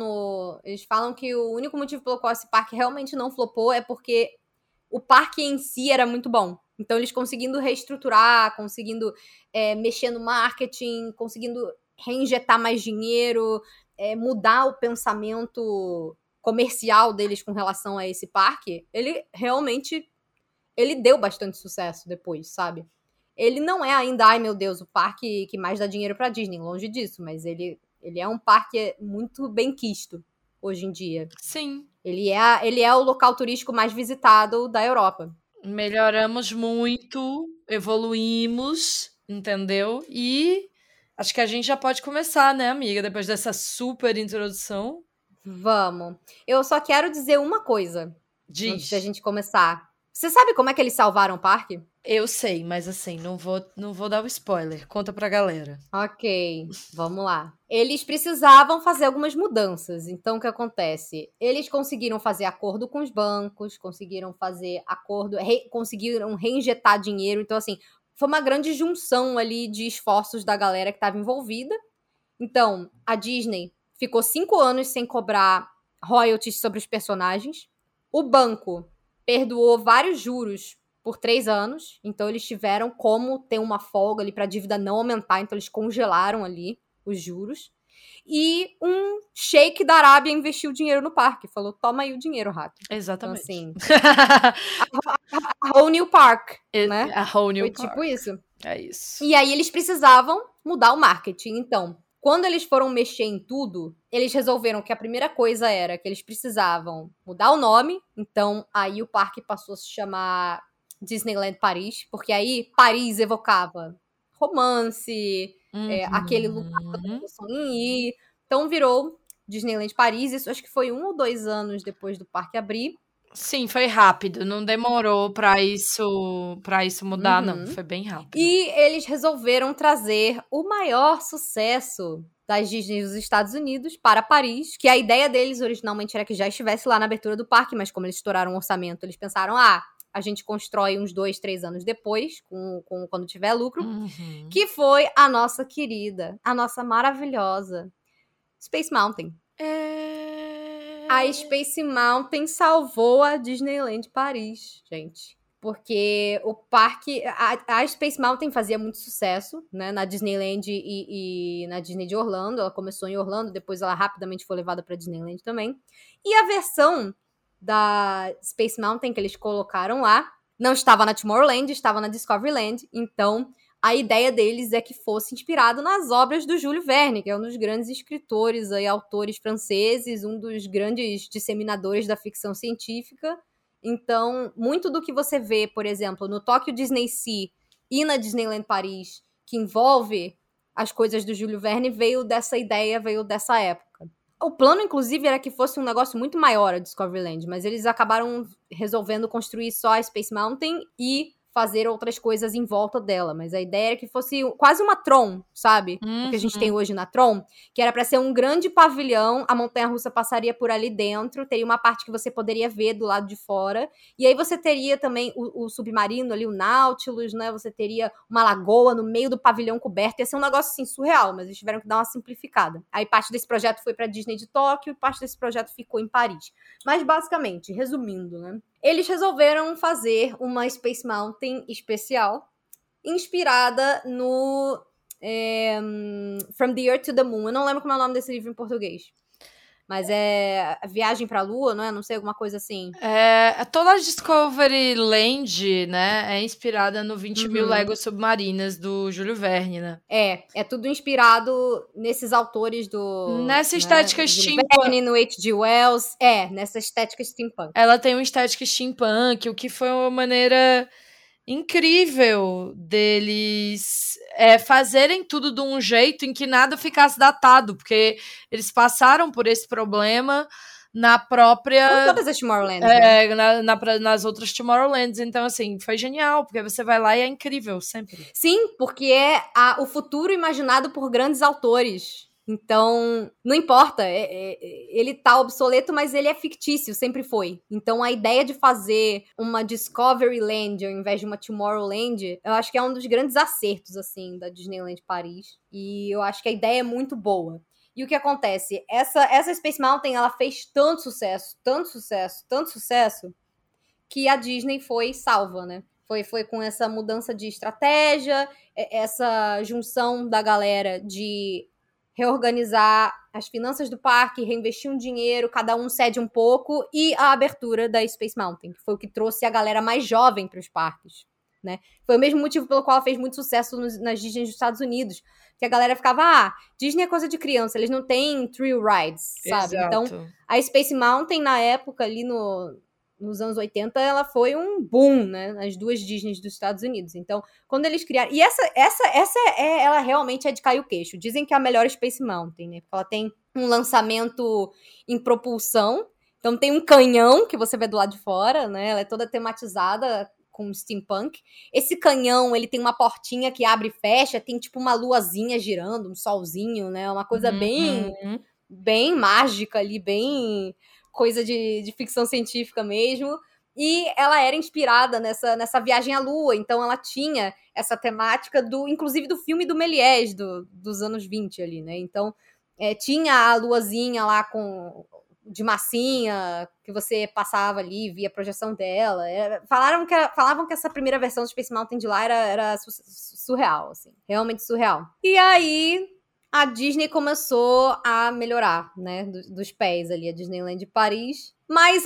que o único motivo pelo qual esse parque realmente não flopou é porque o parque em si era muito bom. Então, eles conseguindo reestruturar, conseguindo mexer no marketing, conseguindo reinjetar mais dinheiro, mudar o pensamento comercial deles com relação a esse parque, ele realmente deu bastante sucesso depois, sabe? Ele não é ainda, ai meu Deus, o parque que mais dá dinheiro pra Disney, longe disso, mas ele é um parque muito bem quisto hoje em dia. Sim. Ele é o local turístico mais visitado da Europa. Melhoramos muito, evoluímos, entendeu? E acho que a gente já pode começar, né, amiga? Depois dessa super introdução. Vamos. Eu só quero dizer uma coisa antes da Diz. gente começar. Você sabe como é que eles salvaram o parque? Eu sei, mas assim, não vou dar o spoiler. Conta pra galera. Ok, vamos lá. Eles precisavam fazer algumas mudanças. Então, o que acontece? Eles conseguiram fazer acordo com os bancos, conseguiram fazer acordo, conseguiram reinjetar dinheiro. Então, assim, foi uma grande junção ali de esforços da galera que estava envolvida. Então, a Disney ficou 5 anos sem cobrar royalties sobre os personagens. O banco perdoou vários juros por 3 anos, então eles tiveram como ter uma folga ali para a dívida não aumentar, então eles congelaram ali os juros. E um sheik da Arábia investiu dinheiro no parque, falou, toma aí o dinheiro, rato. Exatamente. Então, assim, a whole new park, né? A whole new Foi park. tipo isso. É isso. E aí eles precisavam mudar o marketing, então... Quando eles foram mexer em tudo, eles resolveram que a primeira coisa era que eles precisavam mudar o nome. Então, aí o parque passou a se chamar Disneyland Paris, porque aí Paris evocava romance, aquele lugar da emoção em ir. Então, virou Disneyland Paris. Isso acho que foi 1 ou 2 anos depois do parque abrir. Sim, foi rápido, não demorou pra isso mudar, não. Foi bem rápido. E eles resolveram trazer o maior sucesso das Disney dos Estados Unidos para Paris, que a ideia deles originalmente era que já estivesse lá na abertura do parque, mas como eles estouraram o orçamento, eles pensaram, a gente constrói uns 2, 3 anos depois, quando tiver lucro, que foi a nossa querida, a nossa maravilhosa Space Mountain. A Space Mountain salvou a Disneyland Paris, gente. porque o parque... A Space Mountain fazia muito sucesso, né, na Disneyland e na Disney de Orlando. Ela começou em Orlando, depois ela rapidamente foi levada pra Disneyland também. E a versão da Space Mountain que eles colocaram lá não estava na Tomorrowland, estava na Discoveryland. Então, a ideia deles é que fosse inspirado nas obras do Júlio Verne, que é um dos grandes escritores e autores franceses, um dos grandes disseminadores da ficção científica. Então, muito do que você vê, por exemplo, no Tokyo Disney Sea e na Disneyland Paris, que envolve as coisas do Júlio Verne, veio dessa ideia, veio dessa época. O plano, inclusive, era que fosse um negócio muito maior a Discoveryland, mas eles acabaram resolvendo construir só a Space Mountain e fazer outras coisas em volta dela. Mas a ideia era que fosse quase uma Tron, sabe? O que a gente tem hoje na Tron, que era pra ser um grande pavilhão, a montanha-russa passaria por ali dentro, teria uma parte que você poderia ver do lado de fora, e aí você teria também o submarino ali, o Nautilus, né? Você teria uma lagoa no meio do pavilhão coberto, ia ser um negócio, assim, surreal, mas eles tiveram que dar uma simplificada. Aí parte desse projeto foi pra Disney de Tóquio, e parte desse projeto ficou em Paris. Mas, basicamente, resumindo, né? Eles resolveram fazer uma Space Mountain especial, inspirada no From the Earth to the Moon. Eu não lembro como é o nome desse livro em português. Mas é Viagem pra Lua, não é? Não sei, alguma coisa assim. Toda a Discovery Land, né, é inspirada no 20 mil léguas submarinas do Júlio Verne, né? É tudo inspirado nesses autores do... Nessa estética steampunk. Verne, no H.G. Wells. Nessa estética steampunk. Ela tem uma estética steampunk, o que foi uma maneira incrível deles fazerem tudo de um jeito em que nada ficasse datado, porque eles passaram por esse problema na própria... Com todas as Tomorrowlands, né? Nas outras Tomorrowlands. Então, assim, foi genial, porque você vai lá e é incrível, sempre. Sim, porque é o futuro imaginado por grandes autores. Então, não importa, ele tá obsoleto, mas ele é fictício, sempre foi. Então, a ideia de fazer uma Discovery Land ao invés de uma Tomorrowland, eu acho que é um dos grandes acertos, assim, da Disneyland Paris. E eu acho que a ideia é muito boa. E o que acontece? Essa Space Mountain, ela fez tanto sucesso, que a Disney foi salva, né? Foi com essa mudança de estratégia, essa junção da galera de reorganizar as finanças do parque, reinvestir um dinheiro, cada um cede um pouco, e a abertura da Space Mountain, que foi o que trouxe a galera mais jovem para os parques, né? Foi o mesmo motivo pelo qual ela fez muito sucesso nas Disney dos Estados Unidos, que a galera ficava, Disney é coisa de criança, eles não têm thrill rides, sabe? Exato. Então, a Space Mountain, na época, ali nos anos 80, ela foi um boom, né? Nas duas Disneys dos Estados Unidos. Então, quando eles criaram... E ela realmente é de cair o queixo. Dizem que é a melhor Space Mountain, né? Porque ela tem um lançamento em propulsão. Então, tem um canhão que você vê do lado de fora, né? Ela é toda tematizada com steampunk. Esse canhão, ele tem uma portinha que abre e fecha, tem tipo uma luazinha girando, um solzinho, né? Uma coisa bem mágica ali, bem... coisa de ficção científica mesmo, e ela era inspirada nessa viagem à Lua, então ela tinha essa temática inclusive do filme do Méliès, dos anos 20 ali, né, então tinha a luazinha lá de massinha, que você passava ali, via a projeção dela, falavam que essa primeira versão do Space Mountain de lá era surreal, assim, realmente surreal. E aí... a Disney começou a melhorar, né, dos pés ali, a Disneyland de Paris. Mas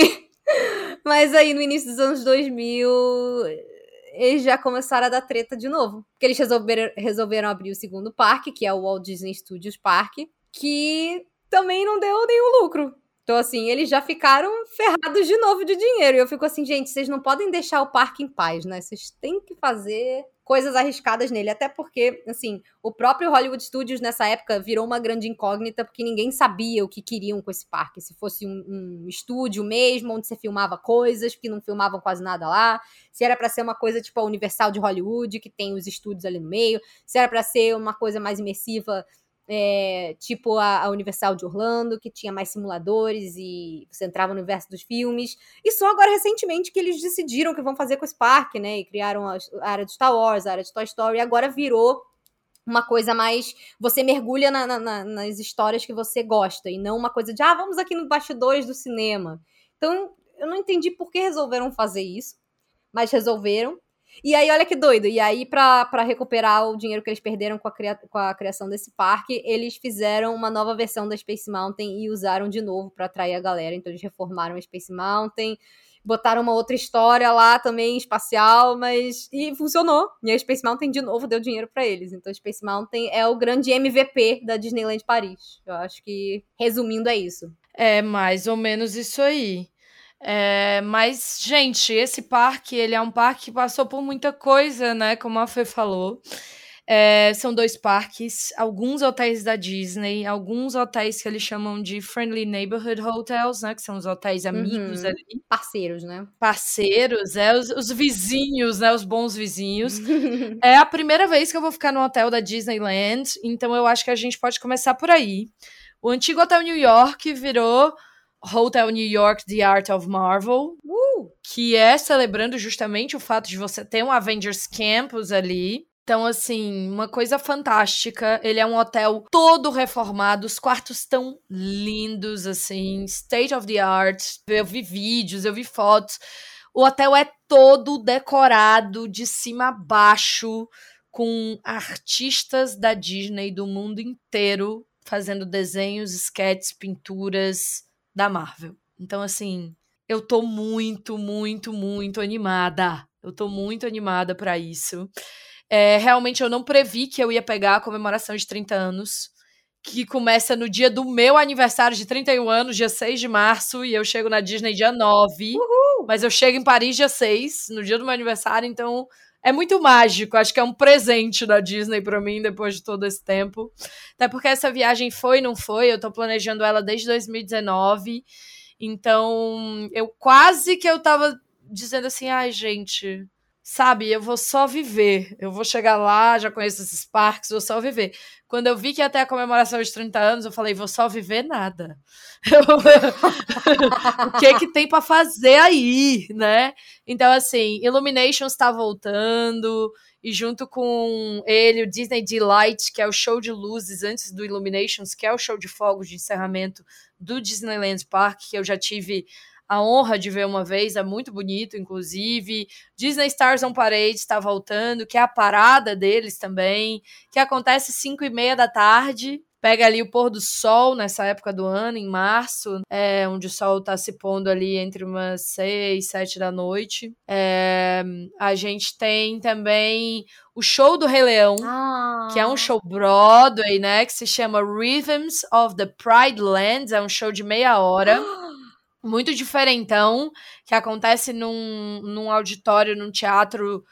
aí no início dos anos 2000, eles já começaram a dar treta de novo. Porque eles resolveram abrir o segundo parque, que é o Walt Disney Studios Park, que também não deu nenhum lucro. Então, assim, eles já ficaram ferrados de novo de dinheiro. E eu fico assim, gente, vocês não podem deixar o parque em paz, né? Vocês têm que fazer coisas arriscadas nele. Até porque, assim, o próprio Hollywood Studios, nessa época, virou uma grande incógnita, porque ninguém sabia o que queriam com esse parque. Se fosse um estúdio mesmo, onde você filmava coisas, porque não filmavam quase nada lá. Se era pra ser uma coisa tipo a Universal de Hollywood, que tem os estúdios ali no meio. Se era pra ser uma coisa mais imersiva... tipo a Universal de Orlando, que tinha mais simuladores e você entrava no universo dos filmes. E só agora, recentemente, que eles decidiram o que vão fazer com esse parque, né? E criaram a área de Star Wars, a área de Toy Story, e agora virou uma coisa mais... você mergulha nas histórias que você gosta, e não uma coisa de, vamos aqui no bastidores do cinema. Então, eu não entendi por que resolveram fazer isso. mas resolveram. E aí, olha que doido. E aí, pra recuperar o dinheiro que eles perderam com a criação desse parque, eles fizeram uma nova versão da Space Mountain e usaram de novo pra atrair a galera. Então, eles reformaram a Space Mountain, botaram uma outra história lá também, espacial, e funcionou. E a Space Mountain, de novo, deu dinheiro pra eles. Então, a Space Mountain é o grande MVP da Disneyland Paris. Eu acho que, resumindo, é isso. É mais ou menos isso aí. Mas, gente, esse parque, ele é um parque que passou por muita coisa, né? Como a Fê falou. São 2 parques, alguns hotéis da Disney, alguns hotéis que eles chamam de Friendly Neighborhood Hotels, né? Que são os hotéis amigos ali. Parceiros, né? Parceiros, os vizinhos, né? Os bons vizinhos. É a primeira vez que eu vou ficar no hotel da Disneyland, então eu acho que a gente pode começar por aí. O antigo Hotel New York virou Hotel New York The Art of Marvel, que é celebrando justamente o fato de você ter um Avengers Campus ali. Então, assim, uma coisa fantástica. Ele é um hotel todo reformado, os quartos tão lindos, assim, state of the art. Eu vi vídeos, eu vi fotos. O hotel é todo decorado de cima a baixo, com artistas da Disney do mundo inteiro fazendo desenhos, sketches, pinturas da Marvel. Então, assim, eu tô muito, muito, muito animada. Eu tô muito animada pra isso. Realmente, eu não previ que eu ia pegar a comemoração de 30 anos, que começa no dia do meu aniversário de 31 anos, dia 6 de março, e eu chego na Disney dia 9. Uhul! Mas eu chego em Paris dia 6, no dia do meu aniversário, então é muito mágico. Acho que é um presente da Disney pra mim, depois de todo esse tempo. Até porque essa viagem foi e não foi, eu tô planejando ela desde 2019, então eu quase que eu tava dizendo assim, ai, gente, sabe, eu vou só viver. Eu vou chegar lá, já conheço esses parques, vou só viver. Quando eu vi que ia ter a comemoração de 30 anos, eu falei, vou só viver nada. O que tem pra fazer aí, né? Então, assim, Illuminations tá voltando, e junto com ele, o Disney Delight, que é o show de luzes antes do Illuminations, que é o show de fogos de encerramento do Disneyland Park, que eu já tive a honra de ver uma vez, é muito bonito, inclusive. Disney Stars on Parade está voltando, que é a parada deles também, que acontece 5h30 da tarde. Pega ali o pôr do sol nessa época do ano, em março, onde o sol está se pondo ali entre umas 6, 7 da noite. A gente tem também o show do Rei Leão, que é um show Broadway, né, que se chama Rhythms of the Pride Lands, é um show de meia hora. Muito diferentão, que acontece num auditório, num teatro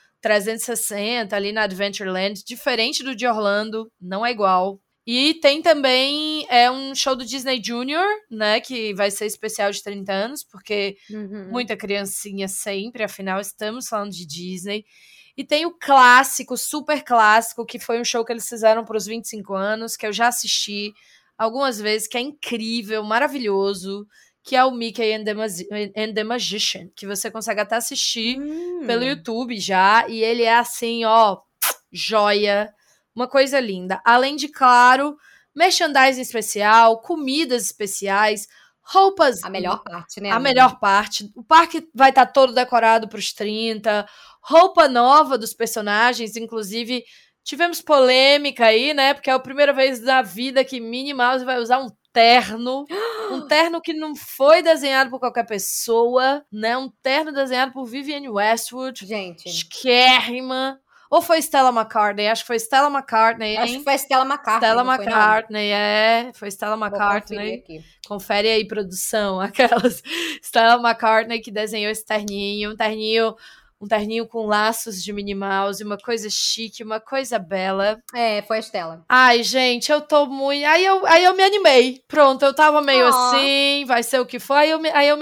360, ali na Adventureland, diferente do de Orlando, não é igual. E tem também um show do Disney Junior, né, que vai ser especial de 30 anos, porque muita criancinha sempre, afinal estamos falando de Disney. E tem o clássico, super clássico, que foi um show que eles fizeram para os 25 anos, que eu já assisti algumas vezes, que é incrível, maravilhoso, que é o Mickey and the Magician, que você consegue até assistir pelo YouTube já, e ele é assim, ó, joia, uma coisa linda. Além de, claro, merchandising especial, comidas especiais, roupas... A melhor parte, né? A melhor parte. O parque vai estar todo decorado para os 30, roupa nova dos personagens, inclusive... Tivemos polêmica aí, né? Porque é a primeira vez na vida que Minnie Mouse vai usar um terno. Um terno que não foi desenhado por qualquer pessoa, né? Um terno desenhado por Vivienne Westwood. Gente. Esquérrima. Ou foi Stella McCartney? Acho que foi Stella McCartney, hein? Acho que foi Stella McCartney. Stella McCartney, foi Stella McCartney. Confere aí, produção. Aquelas. Stella McCartney que desenhou esse terninho. Um terninho com laços de Minnie Mouse, uma coisa chique, uma coisa bela. Foi a Stella. Ai, gente, eu tô muito... Aí eu me animei. Pronto, eu tava meio assim, vai ser o que for. Aí eu me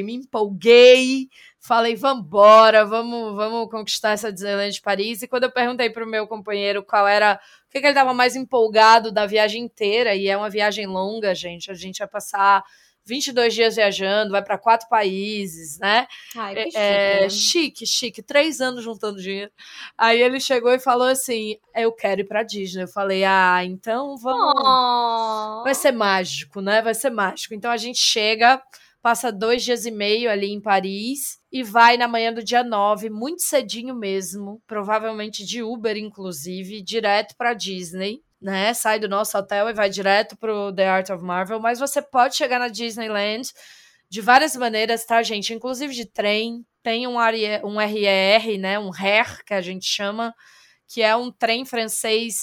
empolguei. Falei, vambora, vamos conquistar essa Disneyland de Paris. E quando eu perguntei pro meu companheiro qual era... O que ele tava mais empolgado da viagem inteira, e é uma viagem longa, gente. A gente vai passar 22 dias viajando, vai para 4 países, né? Ai, que chique, né? Chique. 3 anos juntando dinheiro. Aí ele chegou e falou assim, eu quero ir pra Disney. Eu falei, então vamos... Vai ser mágico, né? Vai ser mágico. Então a gente chega passa 2 dias e meio ali em Paris e vai na manhã do dia 9, muito cedinho mesmo, provavelmente de Uber, inclusive, direto pra Disney, né? Sai do nosso hotel e vai direto pro The Art of Marvel, mas você pode chegar na Disneyland de várias maneiras, tá, gente? Inclusive de trem, tem um RER, né? Um RER, que a gente chama, que é um trem francês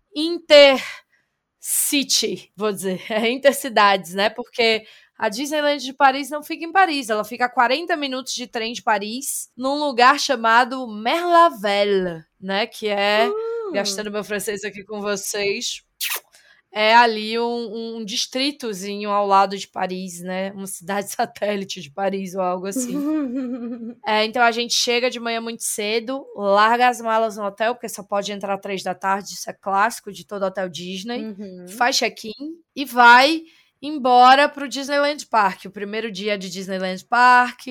intercity, vou dizer, intercidades, né? Porque a Disneyland de Paris não fica em Paris, ela fica a 40 minutos de trem de Paris, num lugar chamado Merlavelle, né? Que é, gastando meu francês aqui com vocês, é ali um distritozinho ao lado de Paris, né? Uma cidade satélite de Paris ou algo assim. Então a gente chega de manhã muito cedo, larga as malas no hotel, porque só pode entrar 3 da tarde, isso é clássico de todo hotel Disney, faz check-in e vai embora pro Disneyland Park, o primeiro dia de Disneyland Park.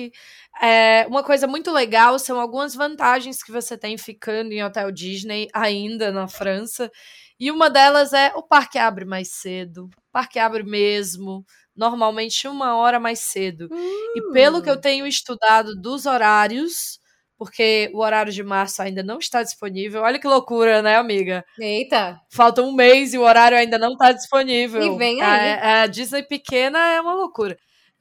Uma coisa muito legal são algumas vantagens que você tem ficando em hotel Disney ainda na França, e uma delas é o parque abre mais cedo, o parque abre mesmo, normalmente 1 hora mais cedo. E pelo que eu tenho estudado dos horários, porque o horário de março ainda não está disponível. Olha que loucura, né, amiga? Eita! Falta 1 mês e o horário ainda não está disponível. E vem aí. A Disney pequena é uma loucura.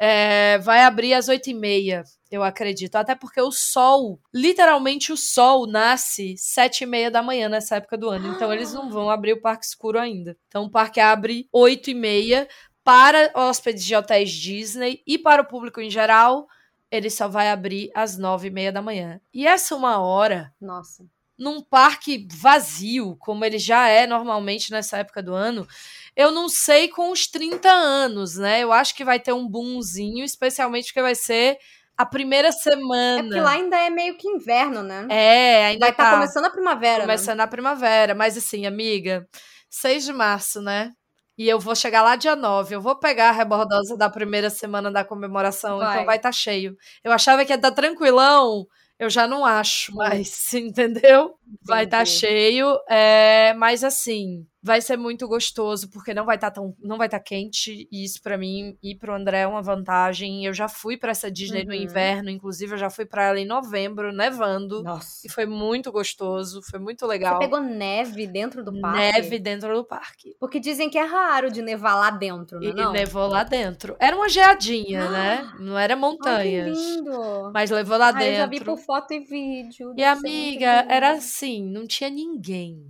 Vai abrir às 8h30, eu acredito. Até porque o sol, literalmente o sol, nasce 7h30 da manhã nessa época do ano. Então eles não vão abrir o parque escuro ainda. Então o parque abre 8h30 para hóspedes de hotéis Disney e para o público em geral. Ele só vai abrir às 9h30 da manhã. E essa 1 hora, Nossa, num parque vazio, como ele já é normalmente nessa época do ano, eu não sei com os 30 anos, né? Eu acho que vai ter um boomzinho, especialmente porque vai ser a primeira semana. é porque lá ainda é meio que inverno, né? Ainda Vai estar começando a primavera, começando a primavera. Mas assim, amiga, 6 de março, né? E eu vou chegar lá dia 9. Eu vou pegar a rebordosa da primeira semana da comemoração, então vai estar cheio. Eu achava que ia estar tranquilão, eu já não acho mais, entendeu? Vai estar cheio, mas assim, vai ser muito gostoso, porque não vai estar quente, e isso pra mim e pro André é uma vantagem. Eu já fui pra essa Disney no inverno, inclusive eu já fui pra ela em novembro, nevando. Nossa. E foi muito gostoso, foi muito legal. Você pegou neve dentro do parque? Neve dentro do parque. Porque dizem que é raro de nevar lá dentro, não é não? E nevou lá dentro. Era uma geadinha, né? Não era montanhas. Ai, que lindo! Mas levou lá dentro. Eu já vi por foto e vídeo. E amiga, era assim, não tinha ninguém.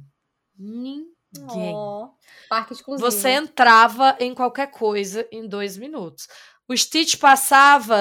Parque exclusivo. Você entrava em qualquer coisa em 2 minutos. O Stitch passava,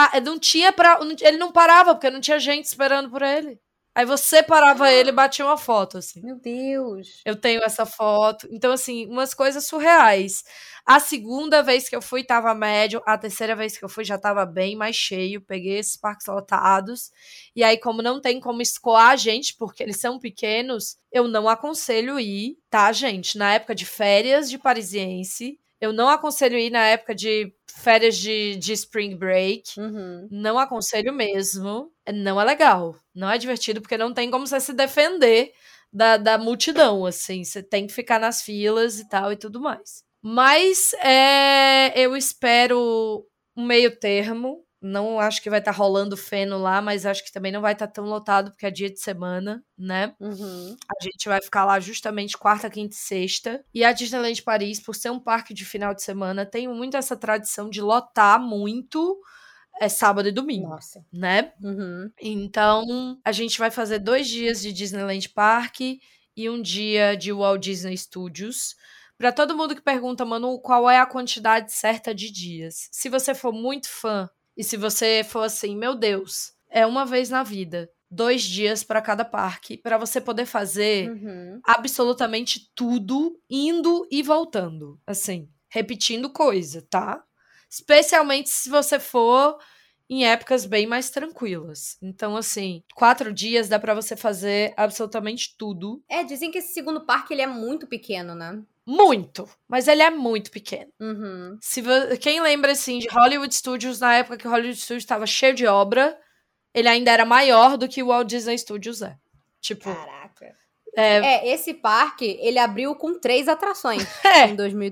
ele não parava, porque não tinha gente esperando por ele. Aí você parava ele e batia uma foto, assim. Meu Deus. Eu tenho essa foto. Então, assim, umas coisas surreais. A segunda vez que eu fui tava médio. A terceira vez que eu fui já tava bem mais cheio. Peguei esses parques lotados. E aí, como não tem como escoar a gente, porque eles são pequenos, eu não aconselho ir, tá, gente? Na época de férias de parisiense. Eu não aconselho ir na época de férias de Spring Break. Não aconselho mesmo. Não é legal. Não é divertido, porque não tem como você se defender da multidão, assim. Você tem que ficar nas filas e tal e tudo mais. Mas eu espero um meio termo. Não acho que vai estar rolando feno lá, mas acho que também não vai estar tão lotado, porque é dia de semana, né? A gente vai ficar lá justamente quarta, quinta e sexta. E a Disneyland Paris, por ser um parque de final de semana, tem muito essa tradição de lotar muito sábado e domingo. Nossa. Né? Então, a gente vai fazer 2 dias de Disneyland Park e um dia de Walt Disney Studios. Para todo mundo que pergunta, Manu, qual é a quantidade certa de dias? Se você for muito fã, e se você for assim, meu Deus, é uma vez na vida, 2 dias para cada parque, para você poder fazer absolutamente tudo, indo e voltando, assim, repetindo coisa, tá? Especialmente se você for em épocas bem mais tranquilas. Então, assim, 4 dias dá para você fazer absolutamente tudo. Dizem que esse segundo parque, ele é muito pequeno, né? Muito, mas ele é muito pequeno. Quem lembra, assim, de Hollywood Studios, na época que o Hollywood Studios estava cheio de obra, ele ainda era maior do que o Walt Disney Studios é. Tipo... Caraca. Esse parque, ele abriu com 3 atrações em 2002.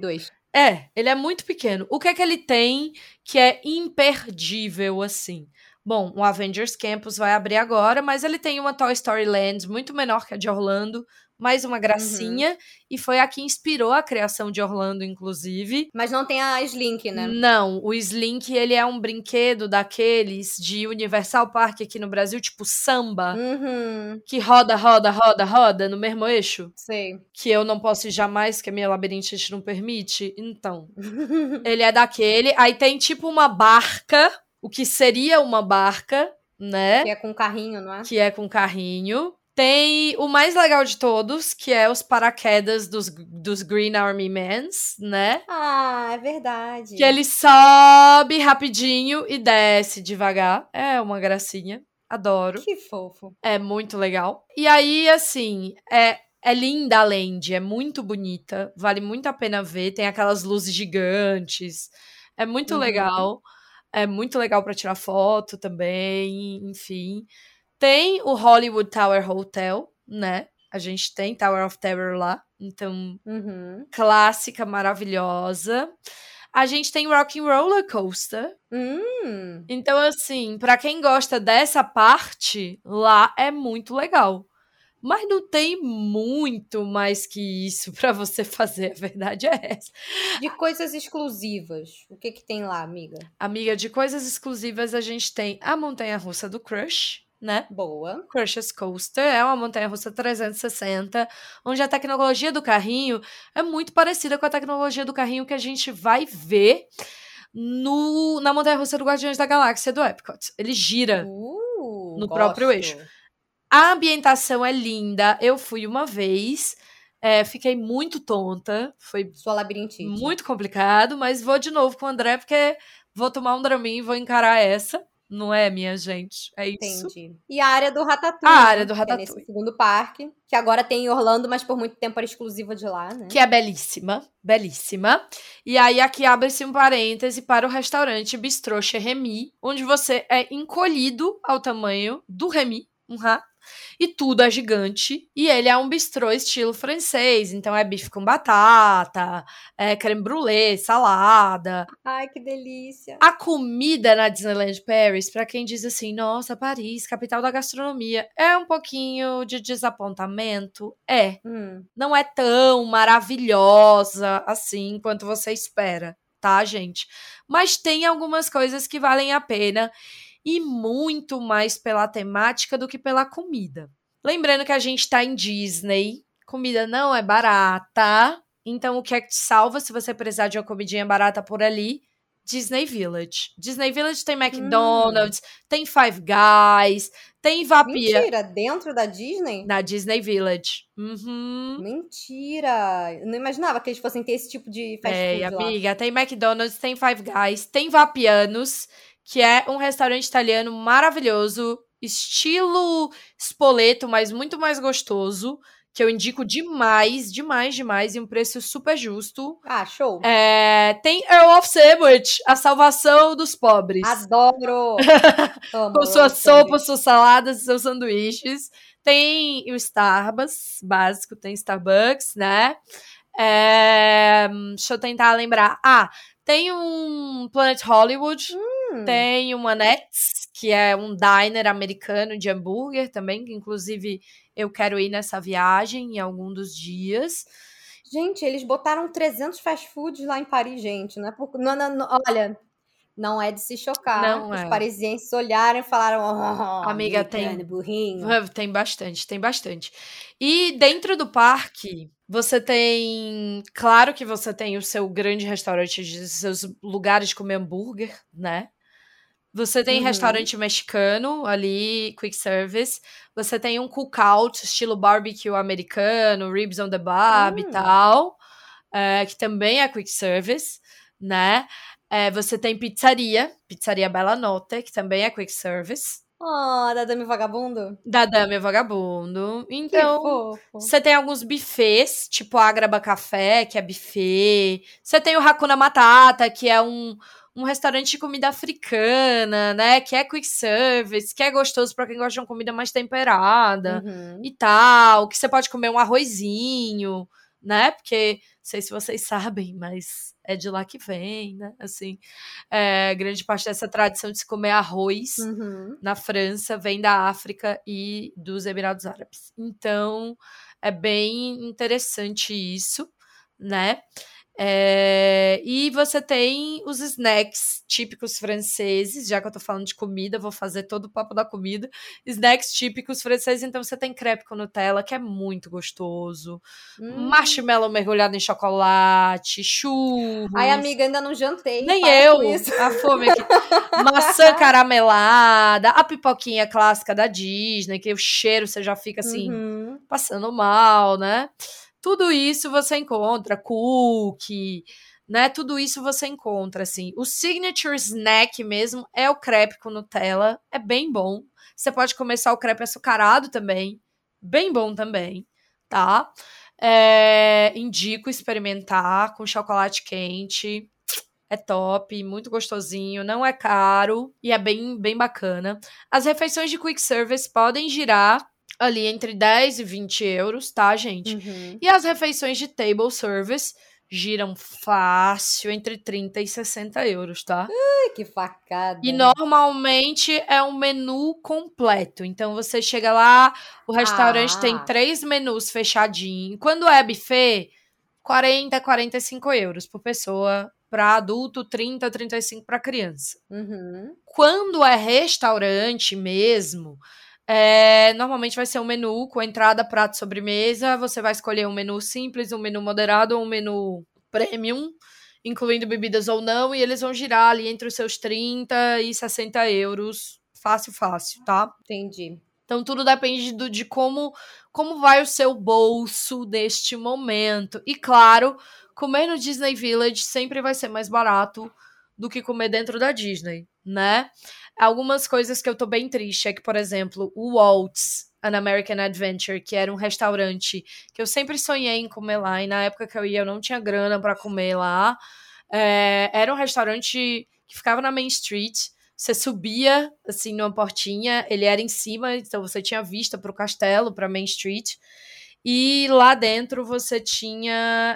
Ele é muito pequeno. O que é que ele tem que é imperdível, assim? Bom, o Avengers Campus vai abrir agora, mas ele tem uma Toy Story Land muito menor que a de Orlando, mais uma gracinha, e foi a que inspirou a criação de Orlando, inclusive. Mas não tem a Slink, né? Não, o Slink, ele é um brinquedo daqueles de Universal Park aqui no Brasil, tipo samba, que roda, roda, roda, roda no mesmo eixo. Sei. Que eu não posso ir jamais, que a minha labirintite não permite. Então, ele é daquele. Aí tem tipo uma barca, o que seria uma barca, né? Que é com carrinho, não é? Que é com carrinho. Tem o mais legal de todos, que é os paraquedas dos Green Army Mans, né? Ah, é verdade. Que ele sobe rapidinho e desce devagar. É uma gracinha. Adoro. Que fofo. É muito legal. E aí, assim, é linda a land, é muito bonita, vale muito a pena ver. Tem aquelas luzes gigantes. É muito legal. É muito legal para tirar foto também, enfim. Tem o Hollywood Tower Hotel, né? A gente tem Tower of Terror lá, então clássica, maravilhosa. A gente tem Rock and Roller Coaster. Então, assim, pra quem gosta dessa parte, lá é muito legal. Mas não tem muito mais que isso pra você fazer, a verdade é essa. De coisas exclusivas, o que tem lá, amiga? Amiga, de coisas exclusivas a gente tem a montanha-russa do Crush, né? Boa. Crush's Coaster é uma montanha-russa 360, onde a tecnologia do carrinho é muito parecida com a tecnologia do carrinho que a gente vai ver na montanha-russa do Guardiões da Galáxia do Epcot. Ele gira no próprio eixo. A ambientação é linda. Eu fui uma vez, fiquei muito tonta. Foi sua labirintite. Muito complicado, mas vou de novo com o André, porque vou tomar um Dramin e vou encarar essa. Não é, minha gente? É isso. Entendi. E a área do Ratatouille. A área do Ratatouille. Que é nesse segundo parque, que agora tem em Orlando, mas por muito tempo era exclusiva de lá, né? Que é belíssima, belíssima. E aí aqui abre-se um parêntese para o restaurante Bistrô Chez Remy, onde você é encolhido ao tamanho do Remy, um rato. E tudo é gigante. E ele é um bistrô estilo francês. Então é bife com batata, creme brulee, salada. Ai, que delícia. A comida na Disneyland Paris, pra quem diz assim, nossa, Paris, capital da gastronomia, é um pouquinho de desapontamento. Não é tão maravilhosa assim quanto você espera, tá, gente? Mas tem algumas coisas que valem a pena. E muito mais pela temática do que pela comida. Lembrando que a gente tá em Disney, comida não é barata, então o que é que te salva se você precisar de uma comidinha barata por ali? Disney Village. Disney Village tem McDonald's, tem Five Guys, tem Vapia. Mentira, dentro da Disney? Na Disney Village. Mentira! Eu não imaginava que eles fossem ter esse tipo de fast food lá. Amiga, tem McDonald's, tem Five Guys, tem Vapianos, que é um restaurante italiano maravilhoso, estilo Spoleto, mas muito mais gostoso, que eu indico demais, demais, demais, e um preço super justo. Ah, show! Tem Earl of Sandwich, a salvação dos pobres. Adoro! Com suas sopas, suas saladas, seus sanduíches. Tem o Starbucks, básico, tem Starbucks, né? Deixa eu tentar lembrar. Tem um Planet Hollywood, tem uma Nets, que é um diner americano de hambúrguer também, que inclusive eu quero ir nessa viagem em algum dos dias. Gente, eles botaram 300 fast foods lá em Paris, gente. Não é por... não, olha, não é de se chocar. Não Os é. parisienses olharam e falaram... Amiga, tem burrinho. Tem bastante, tem bastante. E dentro do parque, você tem... Claro que você tem o seu grande restaurante, seus lugares de comer hambúrguer, né? Você tem restaurante mexicano ali, quick service. Você tem um cookout, estilo barbecue americano, ribs on the barb e tal. Que também é quick service, né? Você tem Pizzaria Bella Notte, que também é quick service. Da Dame Vagabundo? Da Dame Vagabundo. Então, que você tem alguns buffets, tipo Agraba Café, que é buffet. Você tem o Hakuna Matata, que é um restaurante de comida africana, né? Que é quick service, que é gostoso pra quem gosta de uma comida mais temperada e tal. Que você pode comer um arrozinho, né? Porque, não sei se vocês sabem, mas é de lá que vem, né? Assim, grande parte dessa tradição de se comer arroz na França vem da África e dos Emirados Árabes. Então, é bem interessante isso, né? E você tem os snacks típicos franceses, já que eu tô falando de comida, vou fazer todo o papo da comida. Snacks típicos franceses, então você tem crepe com Nutella, que é muito gostoso. Marshmallow mergulhado em chocolate, churros. Ai, amiga, ainda não jantei. Nem para eu, com isso. a fome aqui. Maçã caramelada, a pipoquinha clássica da Disney, que o cheiro você já fica assim, passando mal, né? Tudo isso você encontra, cookie, né? Tudo isso você encontra, assim. O signature snack mesmo é o crepe com Nutella, é bem bom. Você pode começar o crepe açucarado também, bem bom também, tá? Indico experimentar com chocolate quente. É top, muito gostosinho, não é caro e é bem, bem bacana. As refeições de quick service podem girar ali entre 10 e 20 euros, tá, gente? E as refeições de table service giram fácil entre 30 e 60 euros, tá? Ai, que facada. E normalmente é um menu completo. Então você chega lá, o restaurante tem 3 menus fechadinhos. Quando é buffet, 40, 45 euros por pessoa. Para adulto, 30, 35 para criança. Quando é restaurante mesmo, normalmente vai ser um menu com entrada, prato, sobremesa. Você vai escolher um menu simples, um menu moderado ou um menu premium, incluindo bebidas ou não, e eles vão girar ali entre os seus 30 e 60 euros. Fácil, fácil, tá? Entendi. Então, tudo depende de como vai o seu bolso neste momento. E, claro, comer no Disney Village sempre vai ser mais barato do que comer dentro da Disney, né? Algumas coisas que eu tô bem triste é que, por exemplo, o Walt's An American Adventure, que era um restaurante que eu sempre sonhei em comer lá, e na época que eu ia eu não tinha grana pra comer lá. Era um restaurante que ficava na Main Street. Você subia, assim, numa portinha, ele era em cima, então você tinha vista pro castelo, pra Main Street, e lá dentro você tinha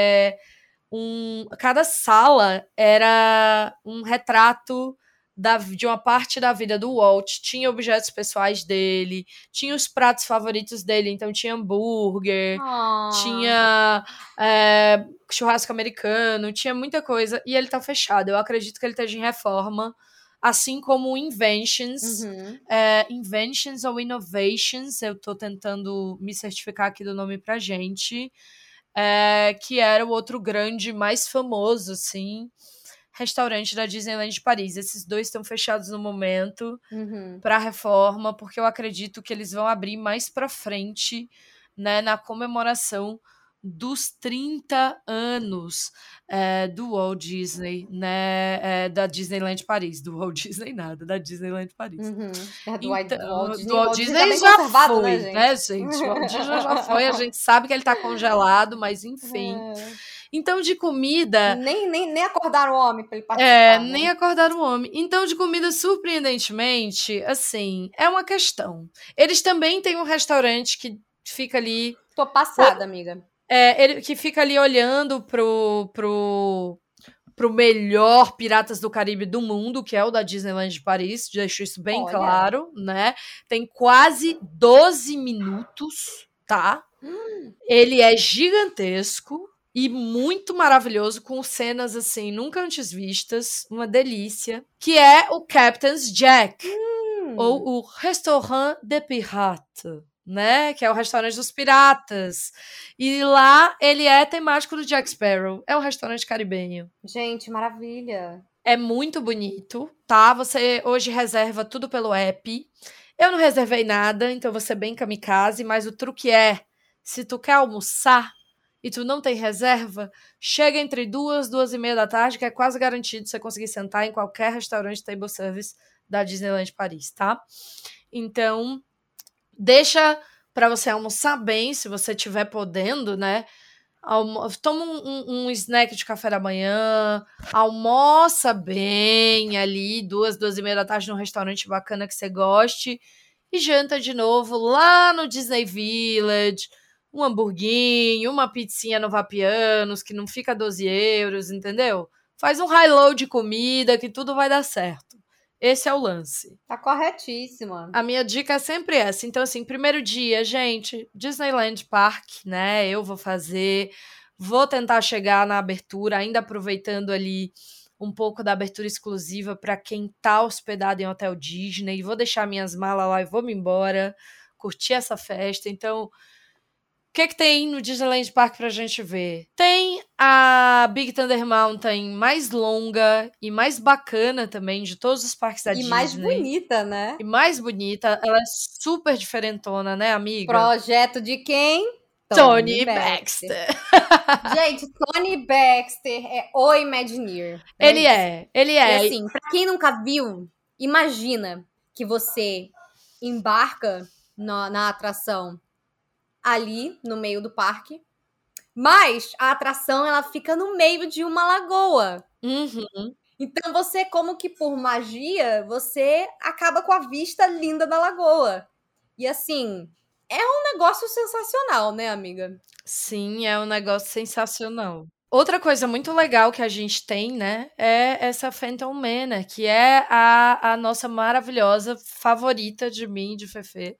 cada sala era um retrato de uma parte da vida do Walt, tinha objetos pessoais dele, tinha os pratos favoritos dele, então tinha hambúrguer, tinha churrasco americano, tinha muita coisa, e ele tá fechado. Eu acredito que ele esteja em reforma, assim como o Inventions. Inventions ou Innovations, eu tô tentando me certificar aqui do nome pra gente, que era o outro grande, mais famoso, assim, restaurante da Disneyland de Paris. Esses dois estão fechados no momento para reforma, porque eu acredito que eles vão abrir mais para frente, né, na comemoração dos 30 anos do Walt Disney, né, da Disneyland Paris. Do Walt Disney nada, da Disneyland Paris. Do Walt Disney já foi, né, gente? O Walt Disney já foi, a gente sabe que ele tá congelado, mas enfim. Então, de comida... Nem acordaram o homem pra ele participar. Nem acordaram o homem. Então, de comida, surpreendentemente, assim, é uma questão. Eles também têm um restaurante que fica ali... Tô passada, amiga. Que fica ali olhando pro melhor Piratas do Caribe do mundo, que é o da Disneyland de Paris, deixo isso bem claro, né? Tem quase 12 minutos, tá? Ele é gigantesco e muito maravilhoso, com cenas, assim, nunca antes vistas, uma delícia, que é o Captain's Jack, ou o Restaurant des Pirates, né, que é o restaurante dos piratas, e lá ele é temático do Jack Sparrow, é um restaurante caribenho. Gente, maravilha. É muito bonito, tá? Você hoje reserva tudo pelo app. Eu não reservei nada, então vou ser bem kamikaze, mas o truque é, se tu quer almoçar e tu não tem reserva, chega entre 2 e meia da tarde, que é quase garantido você conseguir sentar em qualquer restaurante table service da Disneyland Paris, tá? Então, deixa para você almoçar bem, se você estiver podendo, né? Toma um snack de café da manhã, almoça bem ali, 2 e meia da tarde num restaurante bacana que você goste, e janta de novo lá no Disney Village, um hamburguinho, uma pizzinha no Vapianos, que não fica 12 euros, entendeu? Faz um high-low de comida que tudo vai dar certo. Esse é o lance. Tá corretíssima. A minha dica é sempre essa. Então, assim, primeiro dia, gente, Disneyland Park, né? Eu vou fazer, vou tentar chegar na abertura, ainda aproveitando ali um pouco da abertura exclusiva para quem tá hospedado em hotel Disney. Vou deixar minhas malas lá e vou me embora, curtir essa festa. Então, o que tem no Disneyland Park pra gente ver? Tem a Big Thunder Mountain mais longa e mais bacana também de todos os parques da E Disney. mais bonita, né? E mais bonita. Ela é super diferentona, né, amiga? Projeto de quem? Tony Baxter. Gente, Tony Baxter é o Imagineer. Né? Ele é. E assim, pra quem nunca viu, imagina que você embarca na atração ali no meio do parque, mas a atração ela fica no meio de uma lagoa. Uhum. Então você, como que por magia, você acaba com a vista linda da lagoa. E assim, é um negócio sensacional, né, amiga? Sim, é um negócio sensacional. Outra coisa muito legal que a gente tem, né, é essa Phantom Manor, que é a nossa maravilhosa favorita de mim, de Fefe,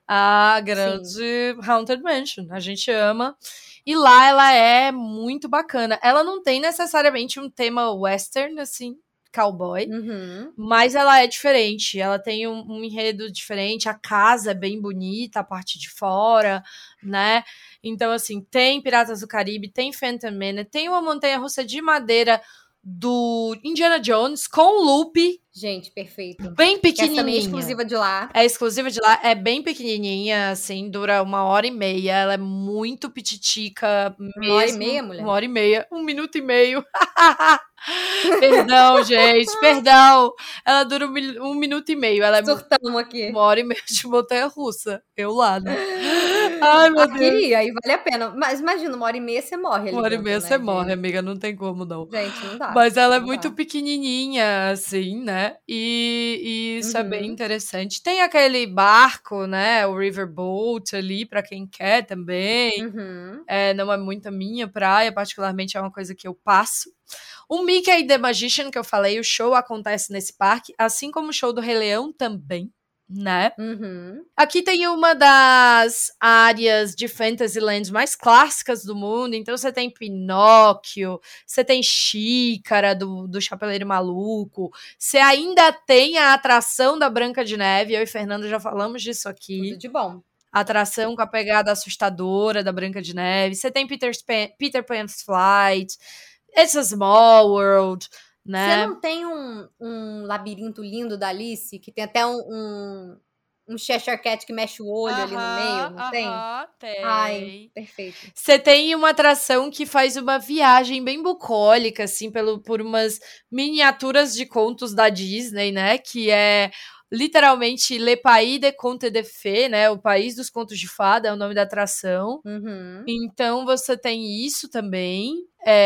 a grande Haunted Mansion. A gente ama. E lá ela é muito bacana. Ela não tem necessariamente um tema western, assim, cowboy, mas ela é diferente. Ela tem um enredo diferente. A casa é bem bonita, a parte de fora, né? Então, assim, tem Piratas do Caribe, tem Phantom Manor, tem uma montanha-russa de madeira do Indiana Jones com loop. Gente, perfeito. Bem pequenininha. Essa também é exclusiva de lá. É exclusiva de lá, é bem pequenininha, assim, dura 1h30. Ela é muito pititica mesmo. 1h30, mulher? 1h30, 1 minuto e meio. Perdão, gente, perdão. Ela dura 1 minuto e meio. Ela é surtamos aqui. 1h30 de montanha-russa. Eu lá, né? Ai, meu Deus. E aí vale a pena. Mas imagina, 1h30 você morre ali 1h30 dentro, você né, morre, amiga. Não tem como, não. Gente, não dá. Mas ela é não muito dá. pequenininha, assim, né? E isso é bem interessante. Tem aquele barco, né? O Riverboat ali, pra quem quer também. Não é muito a minha praia, particularmente é uma coisa que eu passo. O Mickey The Magician, que eu falei, o show acontece nesse parque, assim como o show do Rei Leão também, né? Aqui tem uma das áreas de Fantasyland mais clássicas do mundo, então você tem Pinóquio, você tem Xícara do Chapeleiro Maluco, você ainda tem a atração da Branca de Neve, eu e Fernanda já falamos disso aqui. Tudo de bom. Atração com a pegada assustadora da Branca de Neve, você tem Peter Pan's Flight, It's a Small World, né? Você não tem um labirinto lindo da Alice, que tem até um Cheshire Cat que mexe o olho ali no meio, não tem? Tem. Ai, perfeito. Você tem uma atração que faz uma viagem bem bucólica, assim, por umas miniaturas de contos da Disney, né? Que é literalmente Le Pays des Contes de Fées, né? O País dos Contos de Fada é o nome da atração. Então você tem isso também.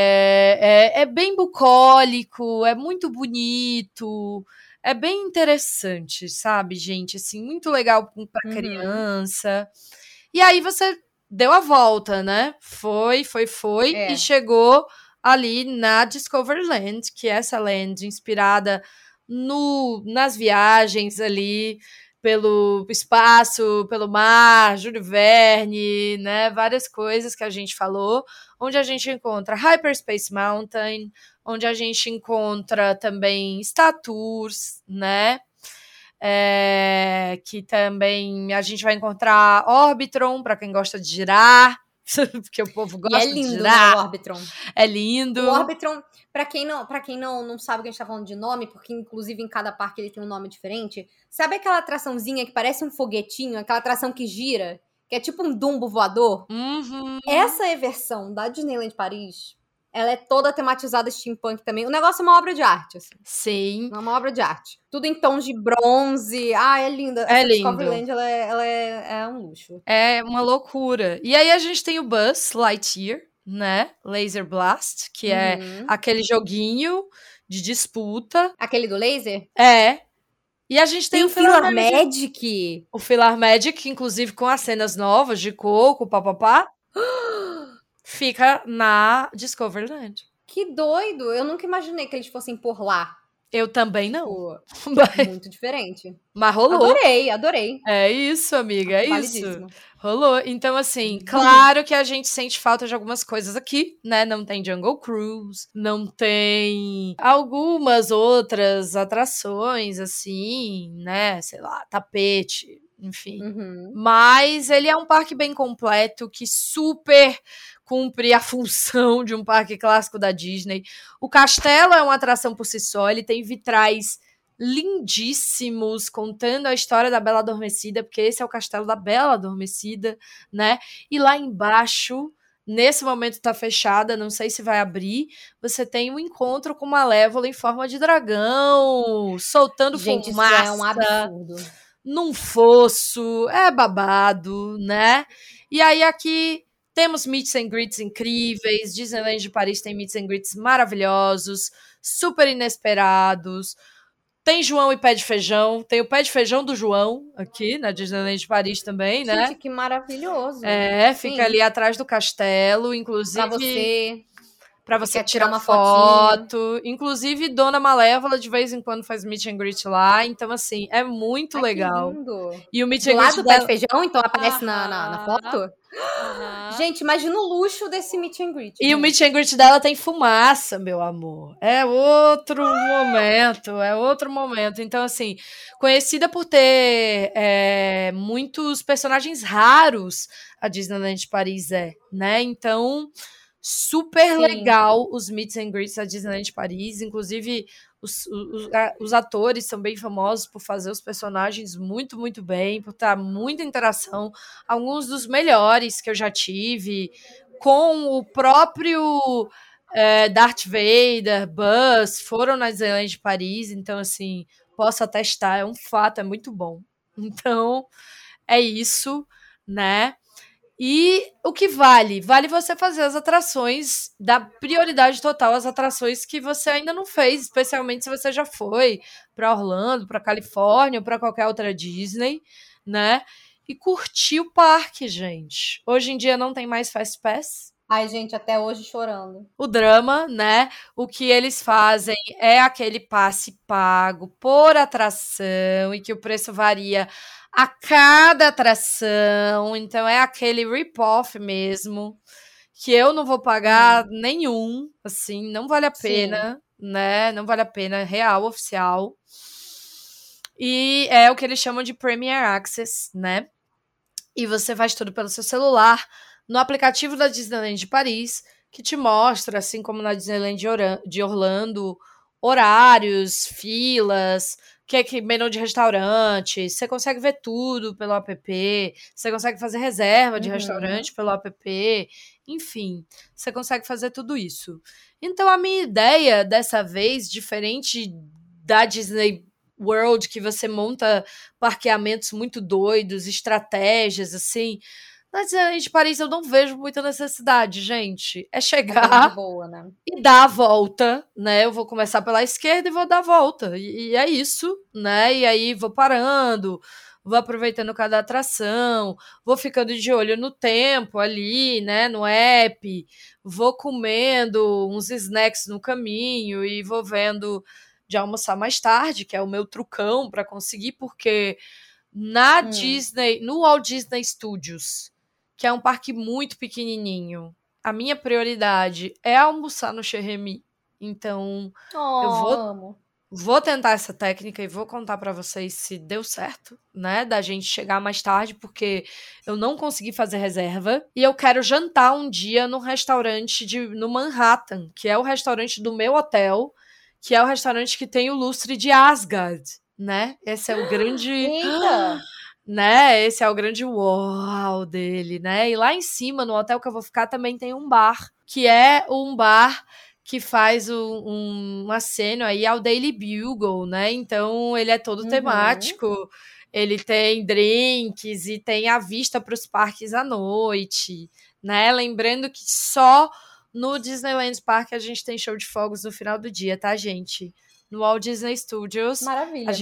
É bem bucólico, é muito bonito. É bem interessante, sabe, gente? Assim, muito legal pra criança. E aí você deu a volta, né? Foi e chegou ali na Discoveryland, que é essa land inspirada nas viagens ali pelo espaço, pelo mar, Júlio Verne, né? Várias coisas que a gente falou, onde a gente encontra Hyperspace Mountain, onde a gente encontra também Star Tours, né? Que também a gente vai encontrar Orbitron, para quem gosta de girar, porque o povo gosta de girar. Né, o Orbitron. É lindo. O Orbitron, pra quem não sabe que a gente tá falando de nome, porque inclusive em cada parque ele tem um nome diferente, sabe aquela atraçãozinha que parece um foguetinho, aquela atração que gira, que é tipo um Dumbo voador? Essa é a versão da Disneyland Paris. Ela é toda tematizada steampunk também. O negócio é uma obra de arte, assim. Sim. É uma obra de arte. Tudo em tons de bronze. Ah, é linda. Essa Discoveryland, ela é um luxo. É uma loucura. E aí a gente tem o Buzz Lightyear, né? Laser Blast, que é aquele joguinho de disputa. Aquele do laser? É. E a gente tem Tem o Filler Magic. Magic. O Filler Magic, inclusive com as cenas novas de Coco, papapá, fica na Discoveryland. Que doido! Eu nunca imaginei que eles fossem por lá. Eu também não. Pô, Mas, muito diferente. mas rolou. Adorei. É isso, amiga, é isso. Validíssimo. Rolou. Então, assim, claro que a gente sente falta de algumas coisas aqui, né? Não tem Jungle Cruise, não tem algumas outras atrações, assim, né? Sei lá, tapete, enfim. Uhum. Mas ele é um parque bem completo, que super cumpre a função de um parque clássico da Disney. O castelo é uma atração por si só, ele tem vitrais lindíssimos, contando a história da Bela Adormecida, porque esse é o castelo da Bela Adormecida, né? E lá embaixo, nesse momento tá fechada, não sei se vai abrir, você tem um encontro com Malévola em forma de dragão, soltando Gente, fumaça. isso é um absurdo. Num fosso, é babado, né? E aí aqui temos meets and greets incríveis, Disneyland de Paris tem meets and greets maravilhosos, super inesperados. Tem João e Pé de Feijão, tem o Pé de Feijão do João aqui na Disneyland de Paris também, né? Gente, que maravilhoso. É, Sim. fica ali atrás do castelo, inclusive Pra você quer tirar tirar uma foto. Inclusive, Dona Malévola de vez em quando faz meet and greet lá. Então, assim, é muito legal. Que lindo. E o meet Do and lado greet do Pé de Feijão, então aparece Aham. na foto? Aham. Gente, imagina o luxo desse meet and greet. E o meet and greet dela tem fumaça, meu amor. É outro momento. Então, assim, conhecida por ter muitos personagens raros, a Disneyland de Paris né? Então, super legal os meets and greets da Disneyland de Paris. Inclusive, os atores são bem famosos por fazer os personagens muito, muito bem, por ter muita interação. Alguns dos melhores que eu já tive, com o próprio Darth Vader, Buzz, foram na Disneyland de Paris. Então, assim, posso atestar, é um fato, é muito bom. Então, é isso, né? E o que vale? Vale você fazer as atrações, dar prioridade total às atrações que você ainda não fez, especialmente se você já foi para Orlando, para Califórnia ou para qualquer outra Disney, né? E curtir o parque, gente. Hoje em dia não tem mais Fast Pass. Ai, gente, até hoje chorando. O drama, né? O que eles fazem é aquele passe pago por atração e que o preço varia a cada atração, então é aquele rip-off mesmo, que eu não vou pagar nenhum, assim, não vale a pena, né? Não vale a pena, real, oficial. E é o que eles chamam de Premier Access, né? E você faz tudo pelo seu celular, no aplicativo da Disneyland de Paris, que te mostra, assim como na Disneyland de Orlando, horários, filas, menu de restaurante, você consegue ver tudo pelo app, você consegue fazer reserva de restaurante pelo app, enfim, você consegue fazer tudo isso. Então a minha ideia dessa vez, diferente da Disney World, que você monta parqueamentos muito doidos, estratégias, assim, na Disneyland de Paris eu não vejo muita necessidade, gente. É chegar de boa, né? E dar a volta, né? Eu vou começar pela esquerda e vou dar a volta. E é isso, né? E aí vou parando, vou aproveitando cada atração, vou ficando de olho no tempo ali, né? No app, vou comendo uns snacks no caminho e vou vendo de almoçar mais tarde, que é o meu trucão para conseguir, porque na Disney, no Walt Disney Studios, que é um parque muito pequenininho, a minha prioridade é almoçar no Cher-Remy. Então, eu vou tentar essa técnica e vou contar para vocês se deu certo, né? Da gente chegar mais tarde, porque eu não consegui fazer reserva. E eu quero jantar um dia num restaurante no Manhattan, que é o restaurante do meu hotel, que é o restaurante que tem o lustre de Asgard, né? Esse é o grande... Eita! Né? Esse é o grande uau dele, né? E lá em cima, no hotel que eu vou ficar, também tem um bar, que é um bar que faz um aceno aí ao Daily Bugle, né? Então, ele é todo temático, ele tem drinks e tem a vista para os parques à noite, né? Lembrando que só no Disneyland Park a gente tem show de fogos no final do dia, tá, gente? No Walt Disney Studios, Maravilha. a gente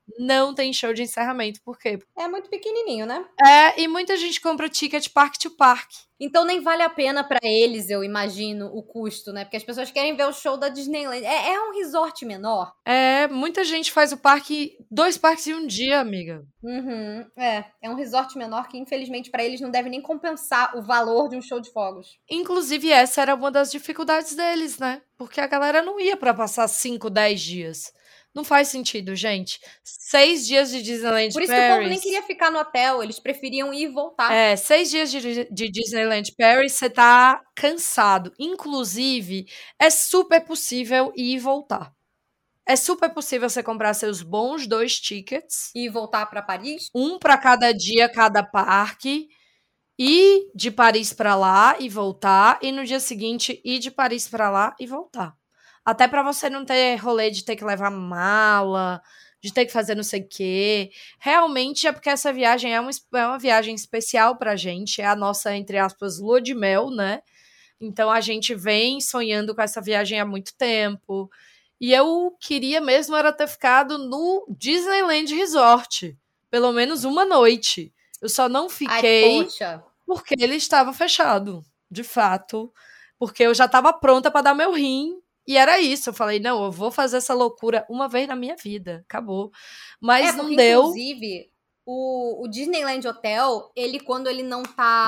não tem show de encerramento. Por quê? É muito pequenininho, né? E muita gente compra ticket park to park. Então nem vale a pena pra eles, eu imagino, o custo, né? Porque as pessoas querem ver o show da Disneyland. É um resort menor. Muita gente faz o 2 parques em um dia, amiga. Uhum, é um resort menor que, infelizmente, pra eles não deve nem compensar o valor de um show de fogos. Inclusive, essa era uma das dificuldades deles, né? Porque a galera não ia pra passar 5, 10 dias. Não faz sentido, gente. 6 dias de Disneyland Por isso Paris. que o povo nem queria ficar no hotel, eles preferiam ir e voltar. 6 dias de Disneyland Paris, você tá cansado. Inclusive, é super possível ir e voltar. É super possível você comprar seus bons 2 tickets. E voltar pra Paris. Um pra cada dia, cada parque. Ir de Paris pra lá e voltar. E no dia seguinte, ir de Paris pra lá e voltar. Até pra você não ter rolê de ter que levar mala, de ter que fazer não sei o quê. Realmente é porque essa viagem é uma viagem especial pra gente. É a nossa, entre aspas, lua de mel, né? Então a gente vem sonhando com essa viagem há muito tempo. E eu queria mesmo era ter ficado no Disneyland Resort. Pelo menos uma noite. Eu só não fiquei. Ai, poxa. Porque ele estava fechado, de fato. Porque eu já estava pronta para dar meu rim. E era isso. Eu falei, não, eu vou fazer essa loucura uma vez na minha vida. Acabou. Mas não deu. Inclusive, o Disneyland Hotel, quando não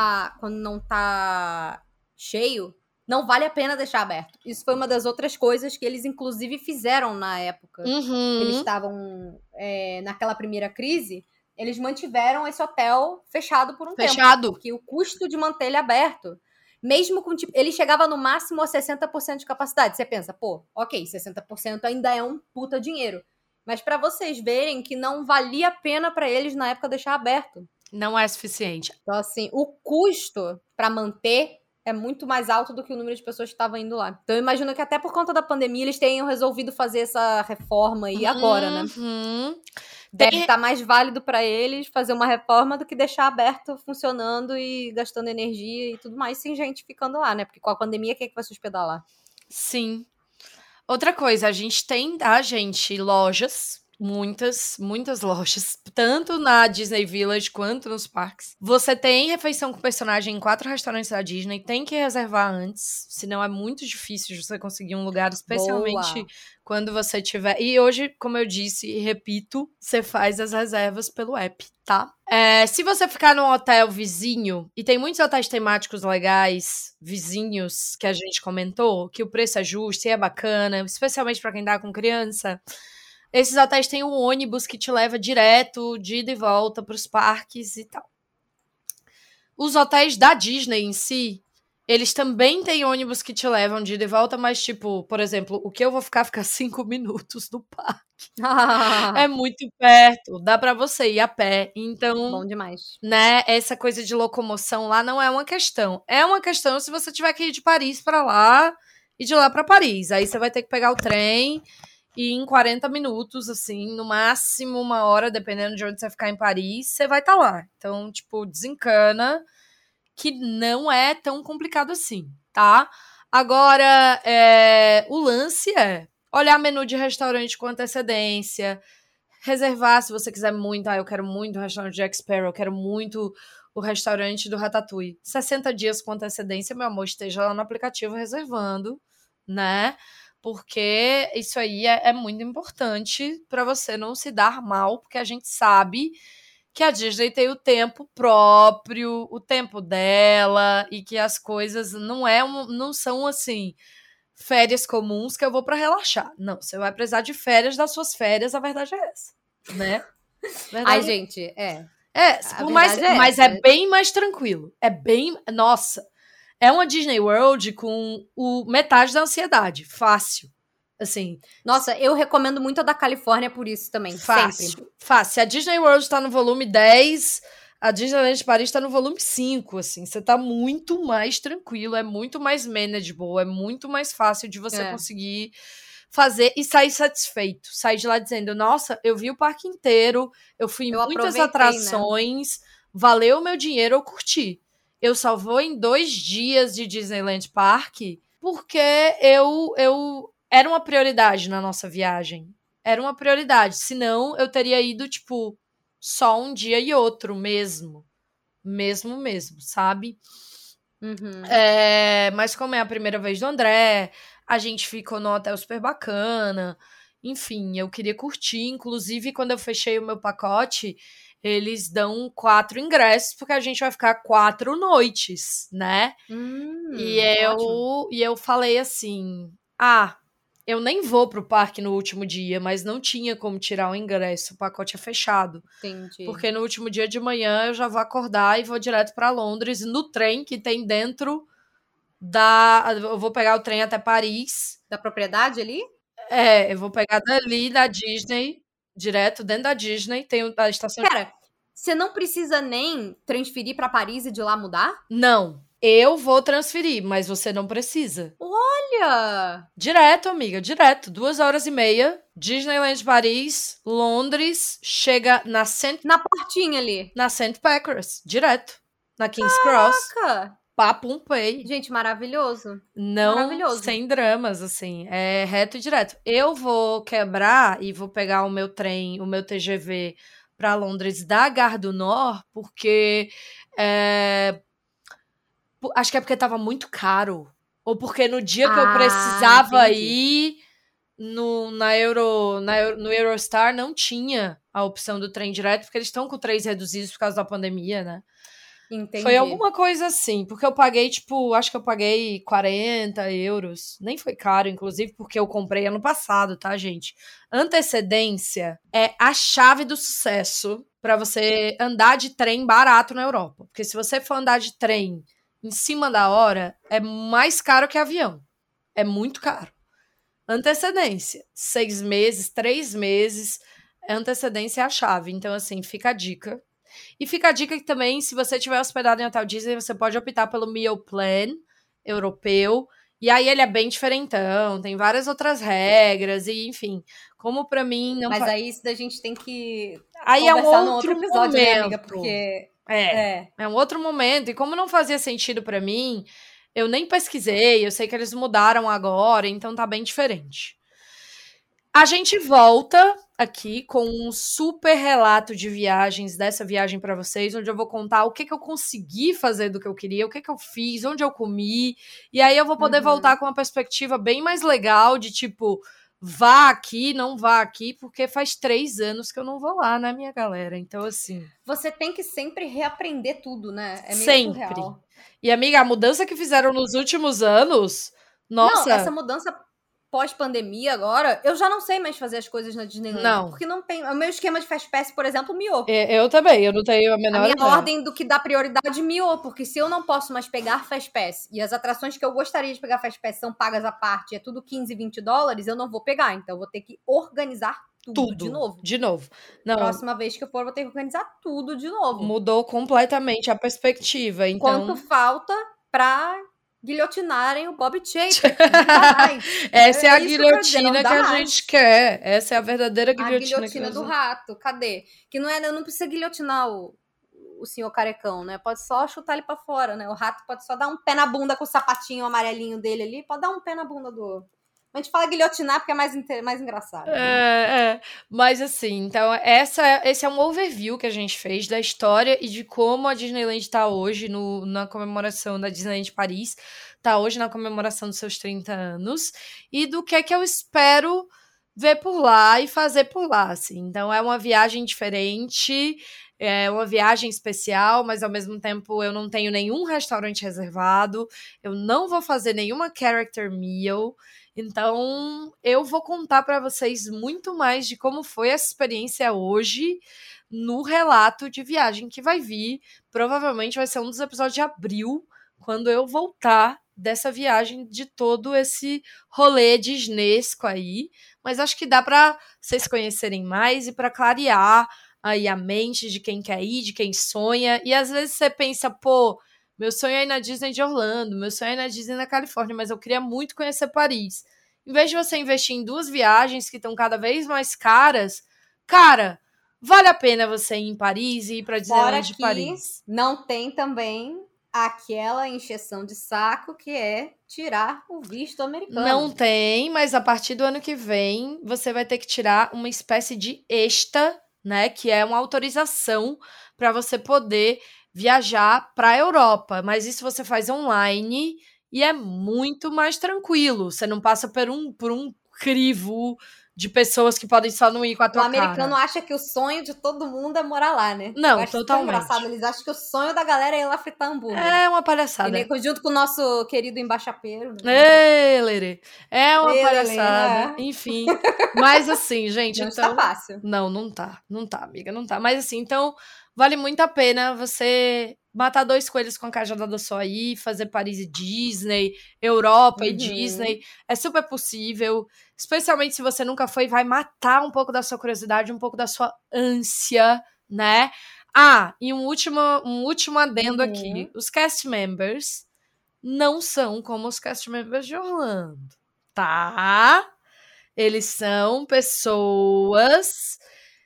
tá cheio, não vale a pena deixar aberto. Isso foi uma das outras coisas que eles, inclusive, fizeram na época. Uhum. Eles estavam naquela primeira crise. Eles mantiveram esse hotel fechado por um tempo. Porque o custo de manter ele aberto, mesmo com, tipo, ele chegava no máximo a 60% de capacidade. Você pensa, pô, ok, 60% ainda é um puta dinheiro. Mas pra vocês verem que não valia a pena pra eles na época deixar aberto. Não é suficiente. Então, assim, o custo pra manter é muito mais alto do que o número de pessoas que estavam indo lá. Então, eu imagino que até por conta da pandemia eles tenham resolvido fazer essa reforma aí agora, né? Deve estar mais válido pra eles fazer uma reforma do que deixar aberto, funcionando e gastando energia e tudo mais, sem gente ficando lá, né? Porque com a pandemia, quem é que vai se hospedar lá? Sim. Outra coisa, a gente tem, gente, lojas, muitas lojas, tanto na Disney Village quanto nos parques. Você tem refeição com personagem em 4 restaurantes da Disney, tem que reservar antes, senão é muito difícil de você conseguir um lugar, especialmente quando você tiver... E hoje, como eu disse e repito, você faz as reservas pelo app, tá? Se você ficar num hotel vizinho, e tem muitos hotéis temáticos legais, vizinhos, que a gente comentou, que o preço é justo e é bacana, especialmente pra quem tá com criança, esses hotéis têm um ônibus que te leva direto, de ida e volta pros parques e tal. Os hotéis da Disney em si, eles também têm ônibus que te levam de ida e volta, mas, tipo, por exemplo, o que eu vou ficar 5 minutos no parque. É muito perto, dá pra você ir a pé. Então, bom demais. Né, essa coisa de locomoção lá não é uma questão. É uma questão se você tiver que ir de Paris pra lá e de lá pra Paris. Aí você vai ter que pegar o trem e em 40 minutos, assim, no máximo 1 hora, dependendo de onde você ficar em Paris, você vai estar lá. Então, tipo, desencana que não é tão complicado assim, tá? Agora, o lance é olhar menu de restaurante com antecedência, reservar se você quiser muito. Eu quero muito o restaurante Jack Sparrow, eu quero muito o restaurante do Ratatouille. 60 dias com antecedência, meu amor, esteja lá no aplicativo reservando, né? Porque isso aí é muito importante para você não se dar mal, porque a gente sabe que a Disney tem o tempo próprio, o tempo dela, e que as coisas não são assim, férias comuns que eu vou pra relaxar. Não, você vai precisar de férias das suas férias, a verdade é essa, né? Ai, gente, mas é bem mais tranquilo. Nossa, é uma Disney World com metade da ansiedade, fácil. Assim, nossa, eu recomendo muito a da Califórnia por isso também, sempre. Fácil. A Disney World tá no volume 10, a Disneyland Paris tá no volume 5, assim, você tá muito mais tranquilo, é muito mais manageable, é muito mais fácil de você conseguir fazer e sair satisfeito, sair de lá dizendo, nossa, eu vi o parque inteiro, eu fui em muitas atrações, né? Valeu o meu dinheiro, eu curti. Eu só vou em 2 dias de Disneyland Park porque eu era uma prioridade na nossa viagem. era uma prioridade. Senão, eu teria ido, tipo, só um dia e outro mesmo. Mesmo, sabe? Uhum. Mas como é a primeira vez do André, a gente ficou num hotel super bacana. Enfim, eu queria curtir. Inclusive, quando eu fechei o meu pacote, eles dão 4 ingressos, porque a gente vai ficar 4 noites, né? Ótimo. E eu falei assim, eu nem vou pro parque no último dia, mas não tinha como tirar o ingresso, o pacote é fechado. Entendi. Porque no último dia de manhã eu já vou acordar e vou direto para Londres, no trem que tem dentro eu vou pegar o trem até Paris. Da propriedade ali? Eu vou pegar dali da Disney, direto dentro da Disney, tem a estação... Pera, você não precisa nem transferir pra Paris e de lá mudar? Não, eu vou transferir, mas você não precisa. Olha! Direto, amiga, direto. 2h30, Disneyland Paris, Londres, chega na Na portinha ali. Na St. Pancras, direto. Na King's Cross. Caraca! Papum Pay. Gente, maravilhoso. Não, Maravilhoso. sem dramas, assim. É reto e direto. Eu vou quebrar e vou pegar o meu trem, o meu TGV para Londres da Gare du Nord, porque... acho que é porque tava muito caro. Ou porque no dia que eu precisava ir no Eurostar não tinha a opção do trem direto, porque eles estão com 3 reduzidos por causa da pandemia, né? Entendi. Foi alguma coisa assim, porque eu paguei, acho que eu paguei 40 euros. Nem foi caro, inclusive, porque eu comprei ano passado, tá, gente? Antecedência é a chave do sucesso para você andar de trem barato na Europa. Porque se você for andar de trem em cima da hora, é mais caro que avião. É muito caro. Antecedência, 6 meses, 3 meses, antecedência é a chave. Então, assim, fica a dica. E fica a dica que também, se você estiver hospedado em hotel Disney, você pode optar pelo Meal Plan europeu. E aí ele é bem diferentão, tem várias outras regras, e enfim, como pra mim não... Mas aí isso da gente tem que aí conversar é um no outro episódio, momento, né, amiga? Porque... É um outro momento, e como não fazia sentido pra mim, eu nem pesquisei, eu sei que eles mudaram agora, então tá bem diferente. A gente volta aqui com um super relato de viagens, dessa viagem para vocês, onde eu vou contar o que eu consegui fazer do que eu queria, o que eu fiz, onde eu comi, e aí eu vou poder voltar com uma perspectiva bem mais legal de tipo, vá aqui, não vá aqui, porque faz 3 anos que eu não vou lá, né, minha galera? Então, assim... Você tem que sempre reaprender tudo, né? É meio sempre. Surreal. E, amiga, a mudança que fizeram nos últimos anos... Nossa! Não, essa mudança... pós-pandemia agora, eu já não sei mais fazer as coisas na Disneyland. Não. Porque não tem... O meu esquema de Fast Pass, por exemplo, miou. Eu também, eu não tenho a menor ideia. A minha ordem do que dá prioridade miou, porque se eu não posso mais pegar Fast Pass, e as atrações que eu gostaria de pegar Fast Pass são pagas à parte, é tudo 15, 20 dólares, eu não vou pegar. Então eu vou ter que organizar tudo de novo. De novo. Não. Próxima vez que eu for, eu vou ter que organizar tudo de novo. Mudou completamente a perspectiva, então... Quanto falta pra... guilhotinarem o Bob Chapek. Essa é a guilhotina que a gente quer. Essa é a verdadeira guilhotina. A guilhotina do rato. Cadê? Que não precisa guilhotinar o senhor carecão, né? Pode só chutar ele pra fora, né? O rato pode só dar um pé na bunda com o sapatinho amarelinho dele ali. Pode dar um pé na bunda do... A gente fala guilhotinar porque é mais engraçado. Né? Mas assim, então esse é um overview que a gente fez da história e de como a Disneyland está hoje na comemoração da Disneyland Paris, está hoje na comemoração dos seus 30 anos, e do que eu espero ver por lá e fazer por lá, assim. Então é uma viagem diferente, é uma viagem especial, mas ao mesmo tempo eu não tenho nenhum restaurante reservado, eu não vou fazer nenhuma character meal. Então, eu vou contar para vocês muito mais de como foi essa experiência hoje no relato de viagem que vai vir. Provavelmente vai ser um dos episódios de abril, quando eu voltar dessa viagem, de todo esse rolê disnesco aí. Mas acho que dá para vocês conhecerem mais e para clarear aí a mente de quem quer ir, de quem sonha. E às vezes você pensa, pô... Meu sonho é ir na Disney de Orlando, meu sonho é ir na Disney na Califórnia, mas eu queria muito conhecer Paris. Em vez de você investir em 2 viagens que estão cada vez mais caras, cara, vale a pena você ir em Paris e ir pra Disneyland de Paris. Não tem também aquela encheção de saco que é tirar o visto americano. Não tem, mas a partir do ano que vem, você vai ter que tirar uma espécie de ESTA, né? Que é uma autorização para você poder viajar para a Europa. Mas isso você faz online e é muito mais tranquilo. Você não passa por um crivo de pessoas que podem só não ir com a O tua americano cara. acha que o sonho de todo mundo é morar lá, né? Não, Eu acho tão totalmente. engraçado. Eles acham que o sonho da galera é ir lá fritar hambúrguer. É uma E palhaçada. nem junto com o nosso querido embaixapeiro. Ê, Lerê. É uma Ê, palhaçada. Lelê, né? Enfim. Mas assim, gente, Não então. está fácil. Não tá. Não tá, amiga, não tá. Mas assim, então, vale muito a pena você matar 2 coelhos com a cajadada só aí, fazer Paris e Disney, Europa e Disney. É super possível. Especialmente se você nunca foi, vai matar um pouco da sua curiosidade, um pouco da sua ânsia, né? Ah, e um último adendo aqui. Os cast members não são como os cast members de Orlando, tá? Eles são pessoas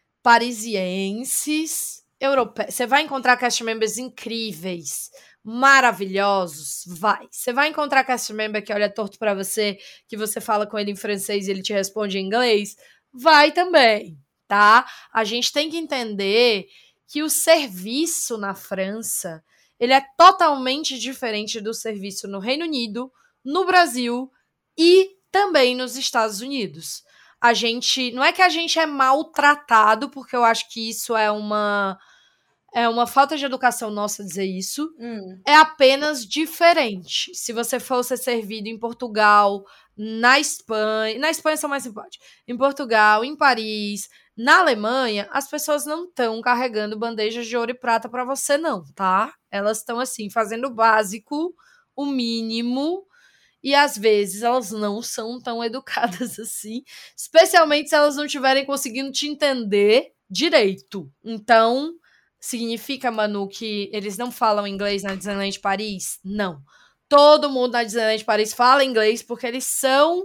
parisienses, europeias. Você vai encontrar cast members incríveis, maravilhosos, vai. Você vai encontrar cast member que olha torto pra você, que você fala com ele em francês e ele te responde em inglês, vai também, tá? A gente tem que entender que o serviço na França, ele é totalmente diferente do serviço no Reino Unido, no Brasil e também nos Estados Unidos. A gente, não é que a gente é maltratado, porque eu acho que isso é uma falta de educação nossa dizer isso, é apenas diferente. Se você fosse servido em Portugal, na Espanha são mais simpáticos, em Portugal, em Paris, na Alemanha, as pessoas não estão carregando bandejas de ouro e prata para você não, tá? Elas estão assim, fazendo o básico, o mínimo, e às vezes elas não são tão educadas assim, especialmente se elas não estiverem conseguindo te entender direito. Então, significa, Manu, que eles não falam inglês na Disneyland Paris? Não. Todo mundo na Disneyland Paris fala inglês porque eles são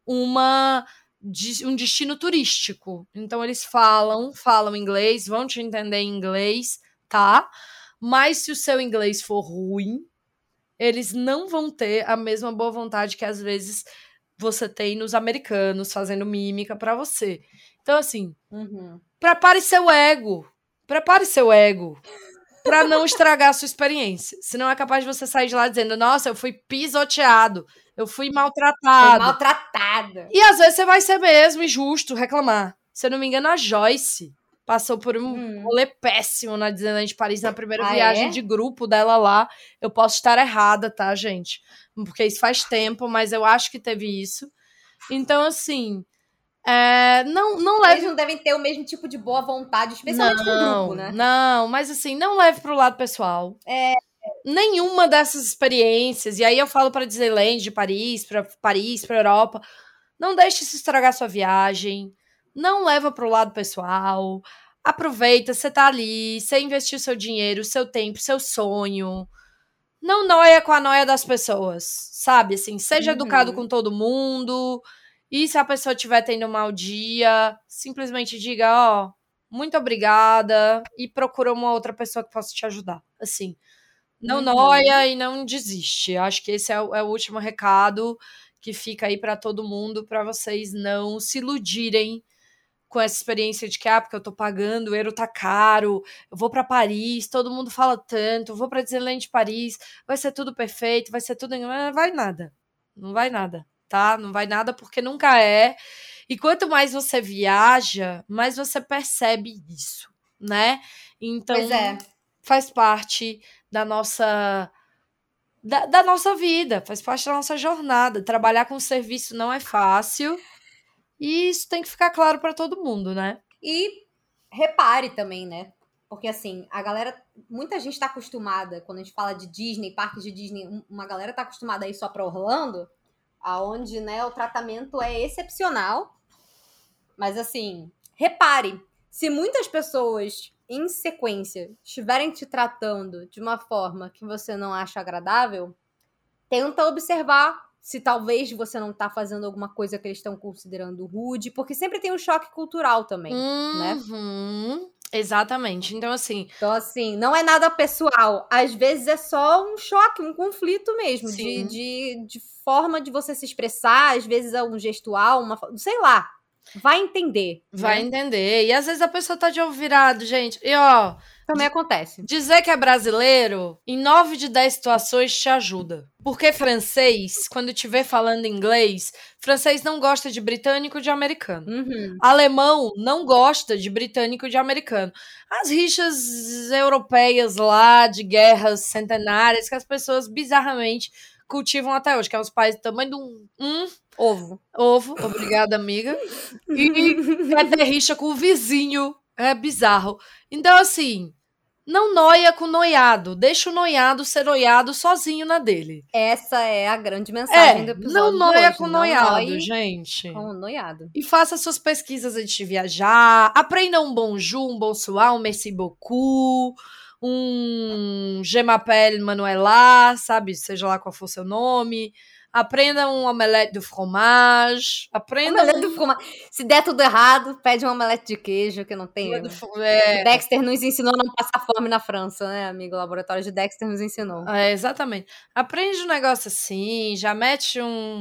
um destino turístico. Então, eles falam inglês, vão te entender em inglês, tá? Mas se o seu inglês for ruim, eles não vão ter a mesma boa vontade que às vezes você tem nos americanos fazendo mímica pra você. Então, assim, prepare seu ego. Prepare seu ego pra não estragar a sua experiência. Senão é capaz de você sair de lá dizendo, nossa, eu fui pisoteado, eu fui maltratado. Foi maltratada. E às vezes você vai ser mesmo injusto reclamar. Se eu não me engano, a Joyce passou por um rolê péssimo na Disneyland Paris na primeira viagem de grupo dela lá. Eu posso estar errada, tá, gente? Porque isso faz tempo, mas eu acho que teve isso. Então, assim, não leve... Eles não devem ter o mesmo tipo de boa vontade, especialmente com o grupo, né? Não, mas assim, não leve pro lado pessoal. Nenhuma dessas experiências, e aí eu falo pra Disneyland de Paris, pra Europa, não deixe isso estragar sua viagem, não leva pro lado pessoal, aproveita, você tá ali, você investiu seu dinheiro, seu tempo, seu sonho, não noia com a noia das pessoas, sabe, assim, seja educado com todo mundo, e se a pessoa estiver tendo um mau dia, simplesmente diga, muito obrigada, e procura uma outra pessoa que possa te ajudar, assim, não noia e não desiste. Acho que esse é o último recado que fica aí pra todo mundo, pra vocês não se iludirem com essa experiência de que, porque eu tô pagando, o euro tá caro, eu vou pra Paris, todo mundo fala tanto, eu vou pra Disneyland Paris, vai ser tudo perfeito, vai ser tudo... Não vai nada. Não vai nada, tá? Não vai nada porque nunca é. E quanto mais você viaja, mais você percebe isso, né? Então, faz parte da nossa... Da nossa vida, faz parte da nossa jornada. Trabalhar com serviço não é fácil e isso tem que ficar claro para todo mundo, né? E repare também, né? Porque assim, a galera, muita gente tá acostumada, quando a gente fala de Disney, parques de Disney, uma galera tá acostumada a ir só pra Orlando, aonde, né, o tratamento é excepcional. Mas assim, repare, se muitas pessoas em sequência estiverem te tratando de uma forma que você não acha agradável, tenta observar se talvez você não tá fazendo alguma coisa que eles estão considerando rude, porque sempre tem um choque cultural também, né? Exatamente. Então, assim... Então, assim, não é nada pessoal. Às vezes é só um choque, um conflito mesmo. Sim. De forma de você se expressar. Às vezes é um gestual, sei lá. Vai entender. Vai né? entender. E às vezes a pessoa tá de olho virado, gente. E ó... Também acontece. Dizer que é brasileiro, em 9 de 10 situações te ajuda. Porque francês, quando te vê falando inglês, francês não gosta de britânico e de americano. Uhum. Alemão não gosta de britânico e de americano. As rixas europeias lá, de guerras centenárias, que as pessoas bizarramente cultivam até hoje, que é uns países do tamanho de um ovo. Obrigada, amiga. E quer ter rixa com o vizinho. É bizarro. Então, assim, não noia com noiado. Deixa o noiado ser noiado sozinho na dele. Essa é a grande mensagem do episódio não noia de hoje. com Não noiado, noie gente. com noiado. E faça suas pesquisas antes de viajar. Aprenda um bonjour, um bonsoir, um merci beaucoup, um je m'appelle Manuela, sabe? Seja lá qual for seu nome. Aprenda um omelette de fromage. Aprenda Omelete de fromage. Se der tudo errado, pede um omelete de queijo, que não tem erro. Dexter nos ensinou a não passar fome na França, né, amigo? O laboratório de Dexter nos ensinou. Exatamente. Aprende um negócio assim, já mete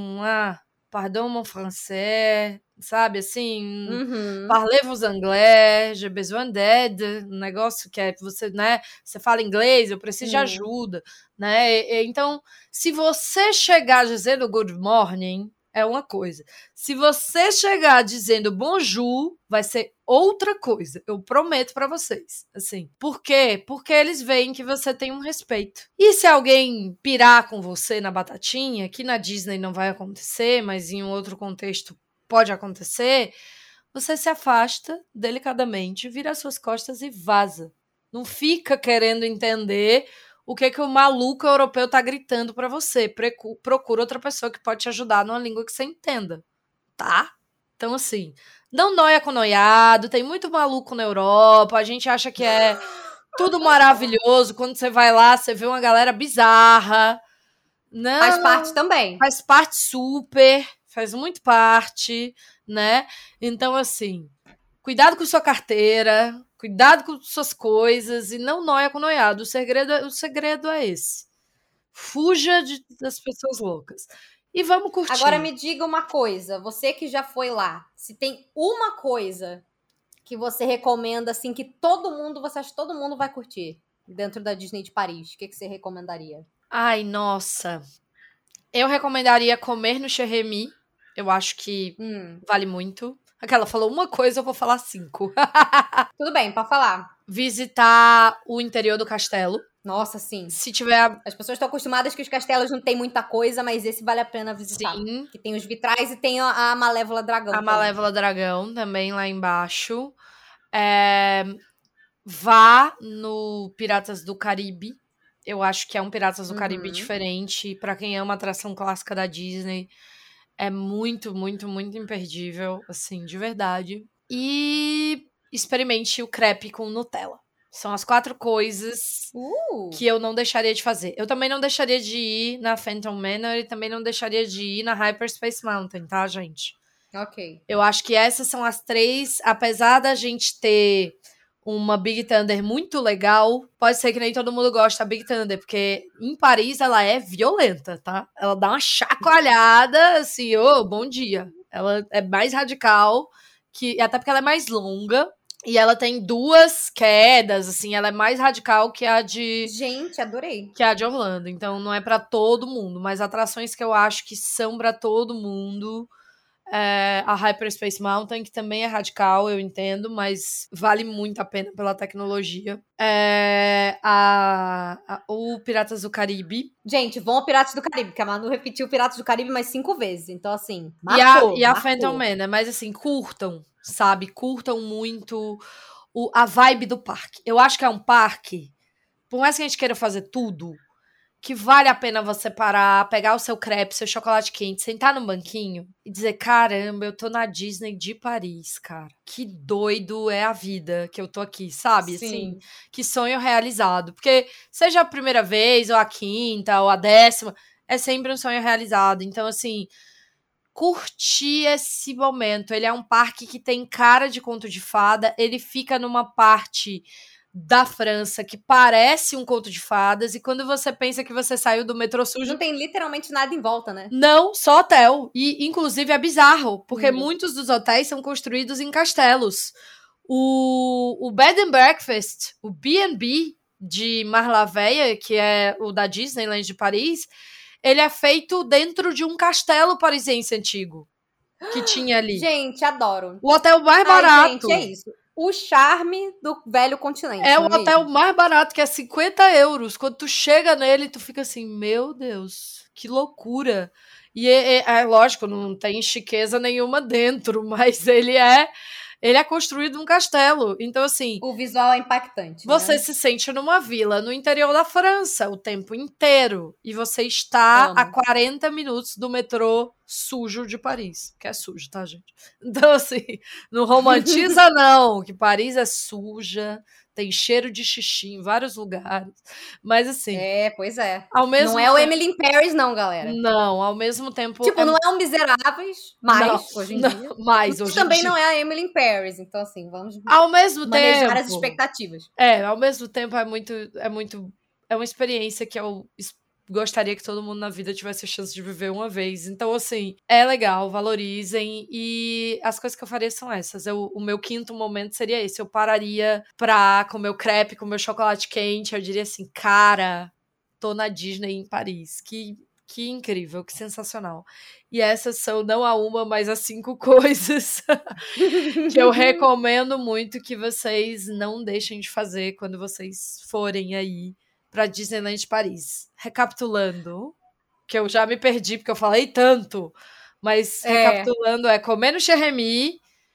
pardon mon français, sabe, assim, parlez-vous anglais, j'ai besoin d'aide, um negócio que é você, né, você fala inglês, eu preciso de ajuda, né, então, se você chegar dizendo good morning, é uma coisa, se você chegar dizendo bonjour, vai ser outra coisa, eu prometo pra vocês, assim, por quê? Porque eles veem que você tem um respeito, e se alguém pirar com você na batatinha, que na Disney não vai acontecer, mas em um outro contexto pode acontecer, você se afasta delicadamente, vira as suas costas e vaza. Não fica querendo entender o que o maluco europeu tá gritando pra você. Procura outra pessoa que pode te ajudar numa língua que você entenda, tá? Então, assim, não noia com noiado, tem muito maluco na Europa, a gente acha que é tudo maravilhoso, quando você vai lá, você vê uma galera bizarra. Não, faz parte também. Faz parte super, faz muito parte, né? Então, assim, cuidado com sua carteira, cuidado com suas coisas e não noia com noiado. O segredo é esse. Fuja das pessoas loucas. E vamos curtir. Agora me diga uma coisa, você que já foi lá, se tem uma coisa que você recomenda, assim, que você acha que todo mundo vai curtir dentro da Disney de Paris, o que você recomendaria? Ai, nossa. Eu recomendaria comer no Cher-Rémy. Eu acho que vale muito. Aquela falou uma coisa, eu vou falar 5. Tudo bem, pode falar. Visitar o interior do castelo. Nossa, sim. Se tiver... As pessoas estão acostumadas que os castelos não tem muita coisa, mas esse vale a pena visitar. Sim. Que tem os vitrais e tem a Malévola Dragão. Malévola Dragão também lá embaixo. Vá no Piratas do Caribe. Eu acho que é um Piratas do Caribe diferente. Pra quem ama a atração clássica da Disney, é muito, muito, muito imperdível, assim, de verdade. E experimente o crepe com Nutella. São as 4 coisas que eu não deixaria de fazer. Eu também não deixaria de ir na Phantom Manor e também não deixaria de ir na Hyperspace Mountain, tá, gente? Ok. Eu acho que essas são as 3, apesar da gente ter uma Big Thunder muito legal, pode ser que nem todo mundo gosta da Big Thunder, porque em Paris ela é violenta, tá? Ela dá uma chacoalhada, assim, bom dia. Ela é mais radical, até porque ela é mais longa, e ela tem 2 quedas, assim, ela é mais radical que a de... Gente, adorei. Que a de Orlando, então não é pra todo mundo, mas atrações que eu acho que são pra todo mundo... a Hyperspace Mountain, que também é radical, eu entendo, mas vale muito a pena pela tecnologia. O Piratas do Caribe. Gente, vão ao Piratas do Caribe, que a Manu repetiu Piratas do Caribe mais 5 vezes. Então, assim, marcou. E a Phantom Manor, mas assim, curtam, sabe? Curtam muito a vibe do parque. Eu acho que é um parque, por mais que a gente queira fazer tudo, que vale a pena você parar, pegar o seu crepe, seu chocolate quente, sentar no banquinho e dizer, caramba, eu tô na Disney de Paris, cara. Que doido é a vida que eu tô aqui, sabe? Sim. Assim, que sonho realizado. Porque seja a primeira vez, ou a 5ª, ou a 10ª, é sempre um sonho realizado. Então, assim, curtir esse momento. Ele é um parque que tem cara de conto de fada, ele fica numa parte da França que parece um conto de fadas, e quando você pensa que você saiu do metrô sujo... Não tem literalmente nada em volta, né? Não, só hotel. E, inclusive, é bizarro, porque muitos dos hotéis são construídos em castelos. O Bed and Breakfast, o B&B de Marlaveia, que é o da Disneyland de Paris, ele é feito dentro de um castelo parisiense antigo que tinha ali. Gente, adoro. O hotel mais barato. Gente, é isso. O charme do velho continente. É o hotel mais barato, que é 50 euros. Quando tu chega nele, tu fica assim, meu Deus, que loucura. E é lógico, não tem chiqueza nenhuma dentro, mas ele é construído num castelo. Então, assim... O visual é impactante, Você né? se sente numa vila no interior da França o tempo inteiro. E você está a 40 minutos do metrô sujo de Paris. Que é sujo, tá, gente? Então, assim, não romantiza, não. Que Paris é suja, tem cheiro de xixi em vários lugares. Mas, assim... Pois é. Ao mesmo não é o Emily in Paris, não, galera. Não, ao mesmo tempo... Tipo, não é um Miseráveis, mas, hoje em dia... Mas hoje também não é a Emily in Paris. Então, assim, vamos ao mesmo manejar tempo, as expectativas. Ao mesmo tempo é uma experiência que eu gostaria que todo mundo na vida tivesse a chance de viver uma vez. Então, assim, é legal, valorizem. E as coisas que eu faria são essas. O meu quinto momento seria esse. Eu pararia pra comer o crepe, comer o chocolate quente. Eu diria assim, cara, tô na Disney em Paris. Que incrível, que sensacional. E essas são não a uma, mas as 5 coisas que eu recomendo muito que vocês não deixem de fazer quando vocês forem aí pra Disneyland Paris. Recapitulando, que eu já me perdi porque eu falei tanto, mas recapitulando comer no Cher-Rémy,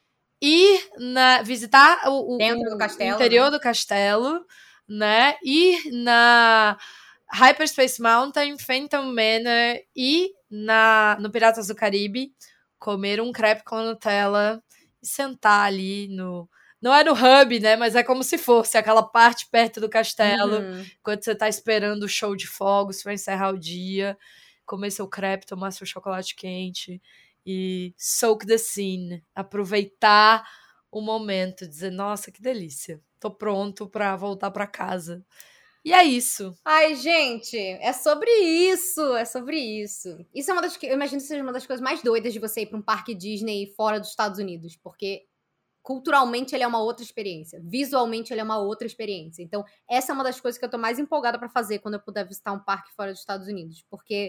visitar Dentro do castelo, interior do castelo, né? Ir na Hyperspace Mountain, Phantom Manor e no Piratas do Caribe, comer um crepe com Nutella e sentar ali no... Não é no hub, né? Mas é como se fosse aquela parte perto do castelo, quando você tá esperando o show de fogos para encerrar o dia, comer seu crepe, tomar seu chocolate quente e soak the scene, aproveitar o momento, dizer, nossa, que delícia, tô pronto para voltar para casa. E é isso. Ai, gente, é sobre isso. Isso é uma das... Eu imagino que seja uma das coisas mais doidas de você ir para um parque Disney fora dos Estados Unidos, porque culturalmente ele é uma outra experiência, visualmente ele é uma outra experiência. Então, essa é uma das coisas que eu tô mais empolgada para fazer quando eu puder visitar um parque fora dos Estados Unidos, porque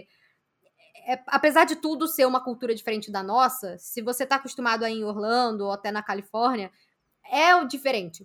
apesar de tudo ser uma cultura diferente da nossa, se você tá acostumado a ir em Orlando ou até na Califórnia, é o diferente.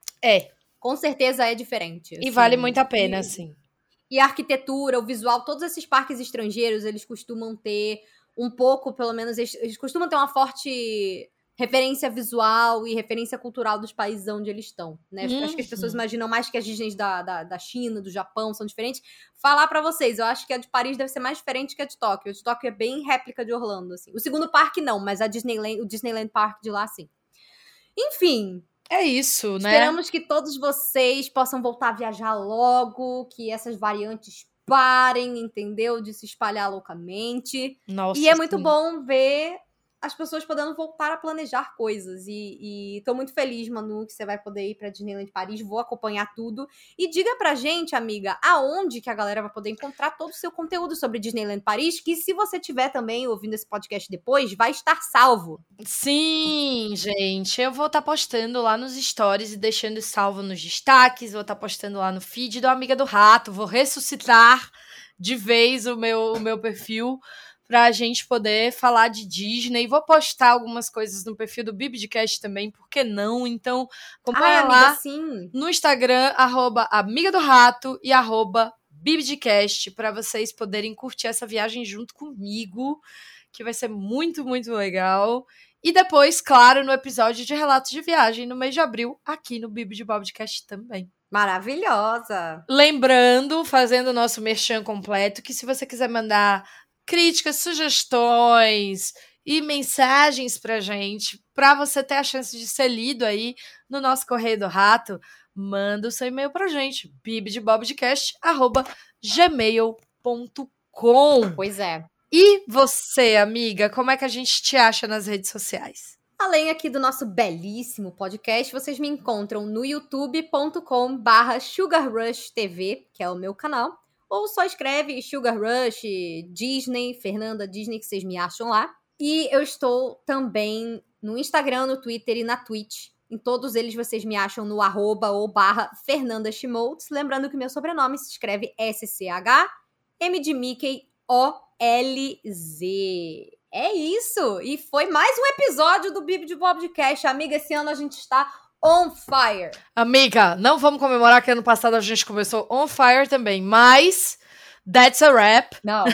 Com certeza é diferente. E vale muito a pena, assim. E a arquitetura, o visual, todos esses parques estrangeiros, eles costumam ter um pouco, pelo menos, eles costumam ter uma forte referência visual e referência cultural dos países onde eles estão, né? Acho que as pessoas imaginam mais que as Disneys da China, do Japão, são diferentes. Falar pra vocês, eu acho que a de Paris deve ser mais diferente que a de Tóquio. A de Tóquio é bem réplica de Orlando, assim. O segundo parque não, mas o Disneyland Park de lá, sim. Enfim... É isso, né? Esperamos que todos vocês possam voltar a viajar logo, que essas variantes parem, entendeu? De se espalhar loucamente. Nossa, e é muito bom ver as pessoas podendo voltar a planejar coisas. E tô muito feliz, Manu, que você vai poder ir pra Disneyland Paris. Vou acompanhar tudo. E diga pra gente, amiga, aonde que a galera vai poder encontrar todo o seu conteúdo sobre Disneyland Paris, que se você tiver também ouvindo esse podcast depois, vai estar salvo. Sim, gente, eu vou estar postando lá nos stories e deixando salvo nos destaques, vou estar postando lá no feed do Amiga do Rato, vou ressuscitar de vez o meu perfil pra gente poder falar de Disney. Vou postar algumas coisas no perfil do Bibidcast também, por que não? Então, acompanha lá amiga, sim. no Instagram, @Amiga do Rato e @Bibidcast, para vocês poderem curtir essa viagem junto comigo, que vai ser muito, muito legal. E depois, claro, no episódio de Relatos de Viagem, no mês de abril, aqui no Bibidcast também. Maravilhosa! Lembrando, fazendo o nosso merchan completo, que se você quiser mandar críticas, sugestões e mensagens pra gente, pra você ter a chance de ser lido aí no nosso Correio do Rato, manda o seu e-mail pra gente, bibdebobdecast@gmail.com. Pois é. E você, amiga, como é que a gente te acha nas redes sociais? Além aqui do nosso belíssimo podcast, vocês me encontram no youtube.com/SugarRushTV, que é o meu canal, ou só escreve Sugar Rush, Disney, Fernanda Disney, que vocês me acham lá. E eu estou também no Instagram, no Twitter e na Twitch. Em todos eles vocês me acham no @ ou /Fernanda Schmoltz. Lembrando que meu sobrenome se escreve SCH, M de Mickey, OLZ. É isso! E foi mais um episódio do Bibi de Bobcast. Amiga, esse ano a gente está on fire. Amiga, não vamos comemorar que ano passado a gente começou on fire também, mas that's a wrap. Não.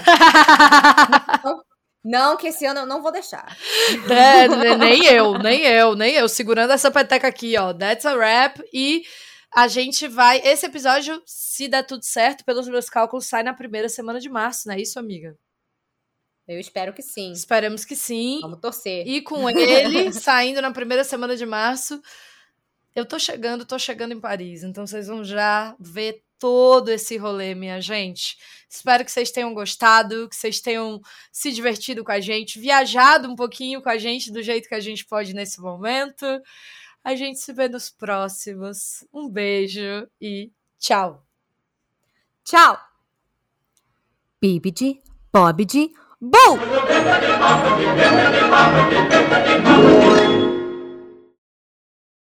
Não, que esse ano eu não vou deixar. Nem eu. Segurando essa peteca aqui, ó. That's a wrap. E a gente vai... Esse episódio, se der tudo certo, pelos meus cálculos, sai na primeira semana de março, não é isso, amiga? Eu espero que sim. Esperamos que sim. Vamos torcer. E com ele, saindo na primeira semana de março, eu tô chegando em Paris. Então vocês vão já ver todo esse rolê, minha gente. Espero que vocês tenham gostado, que vocês tenham se divertido com a gente, viajado um pouquinho com a gente do jeito que a gente pode nesse momento. A gente se vê nos próximos. Um beijo e tchau. Tchau. Bibidi, Bobidi, Boo!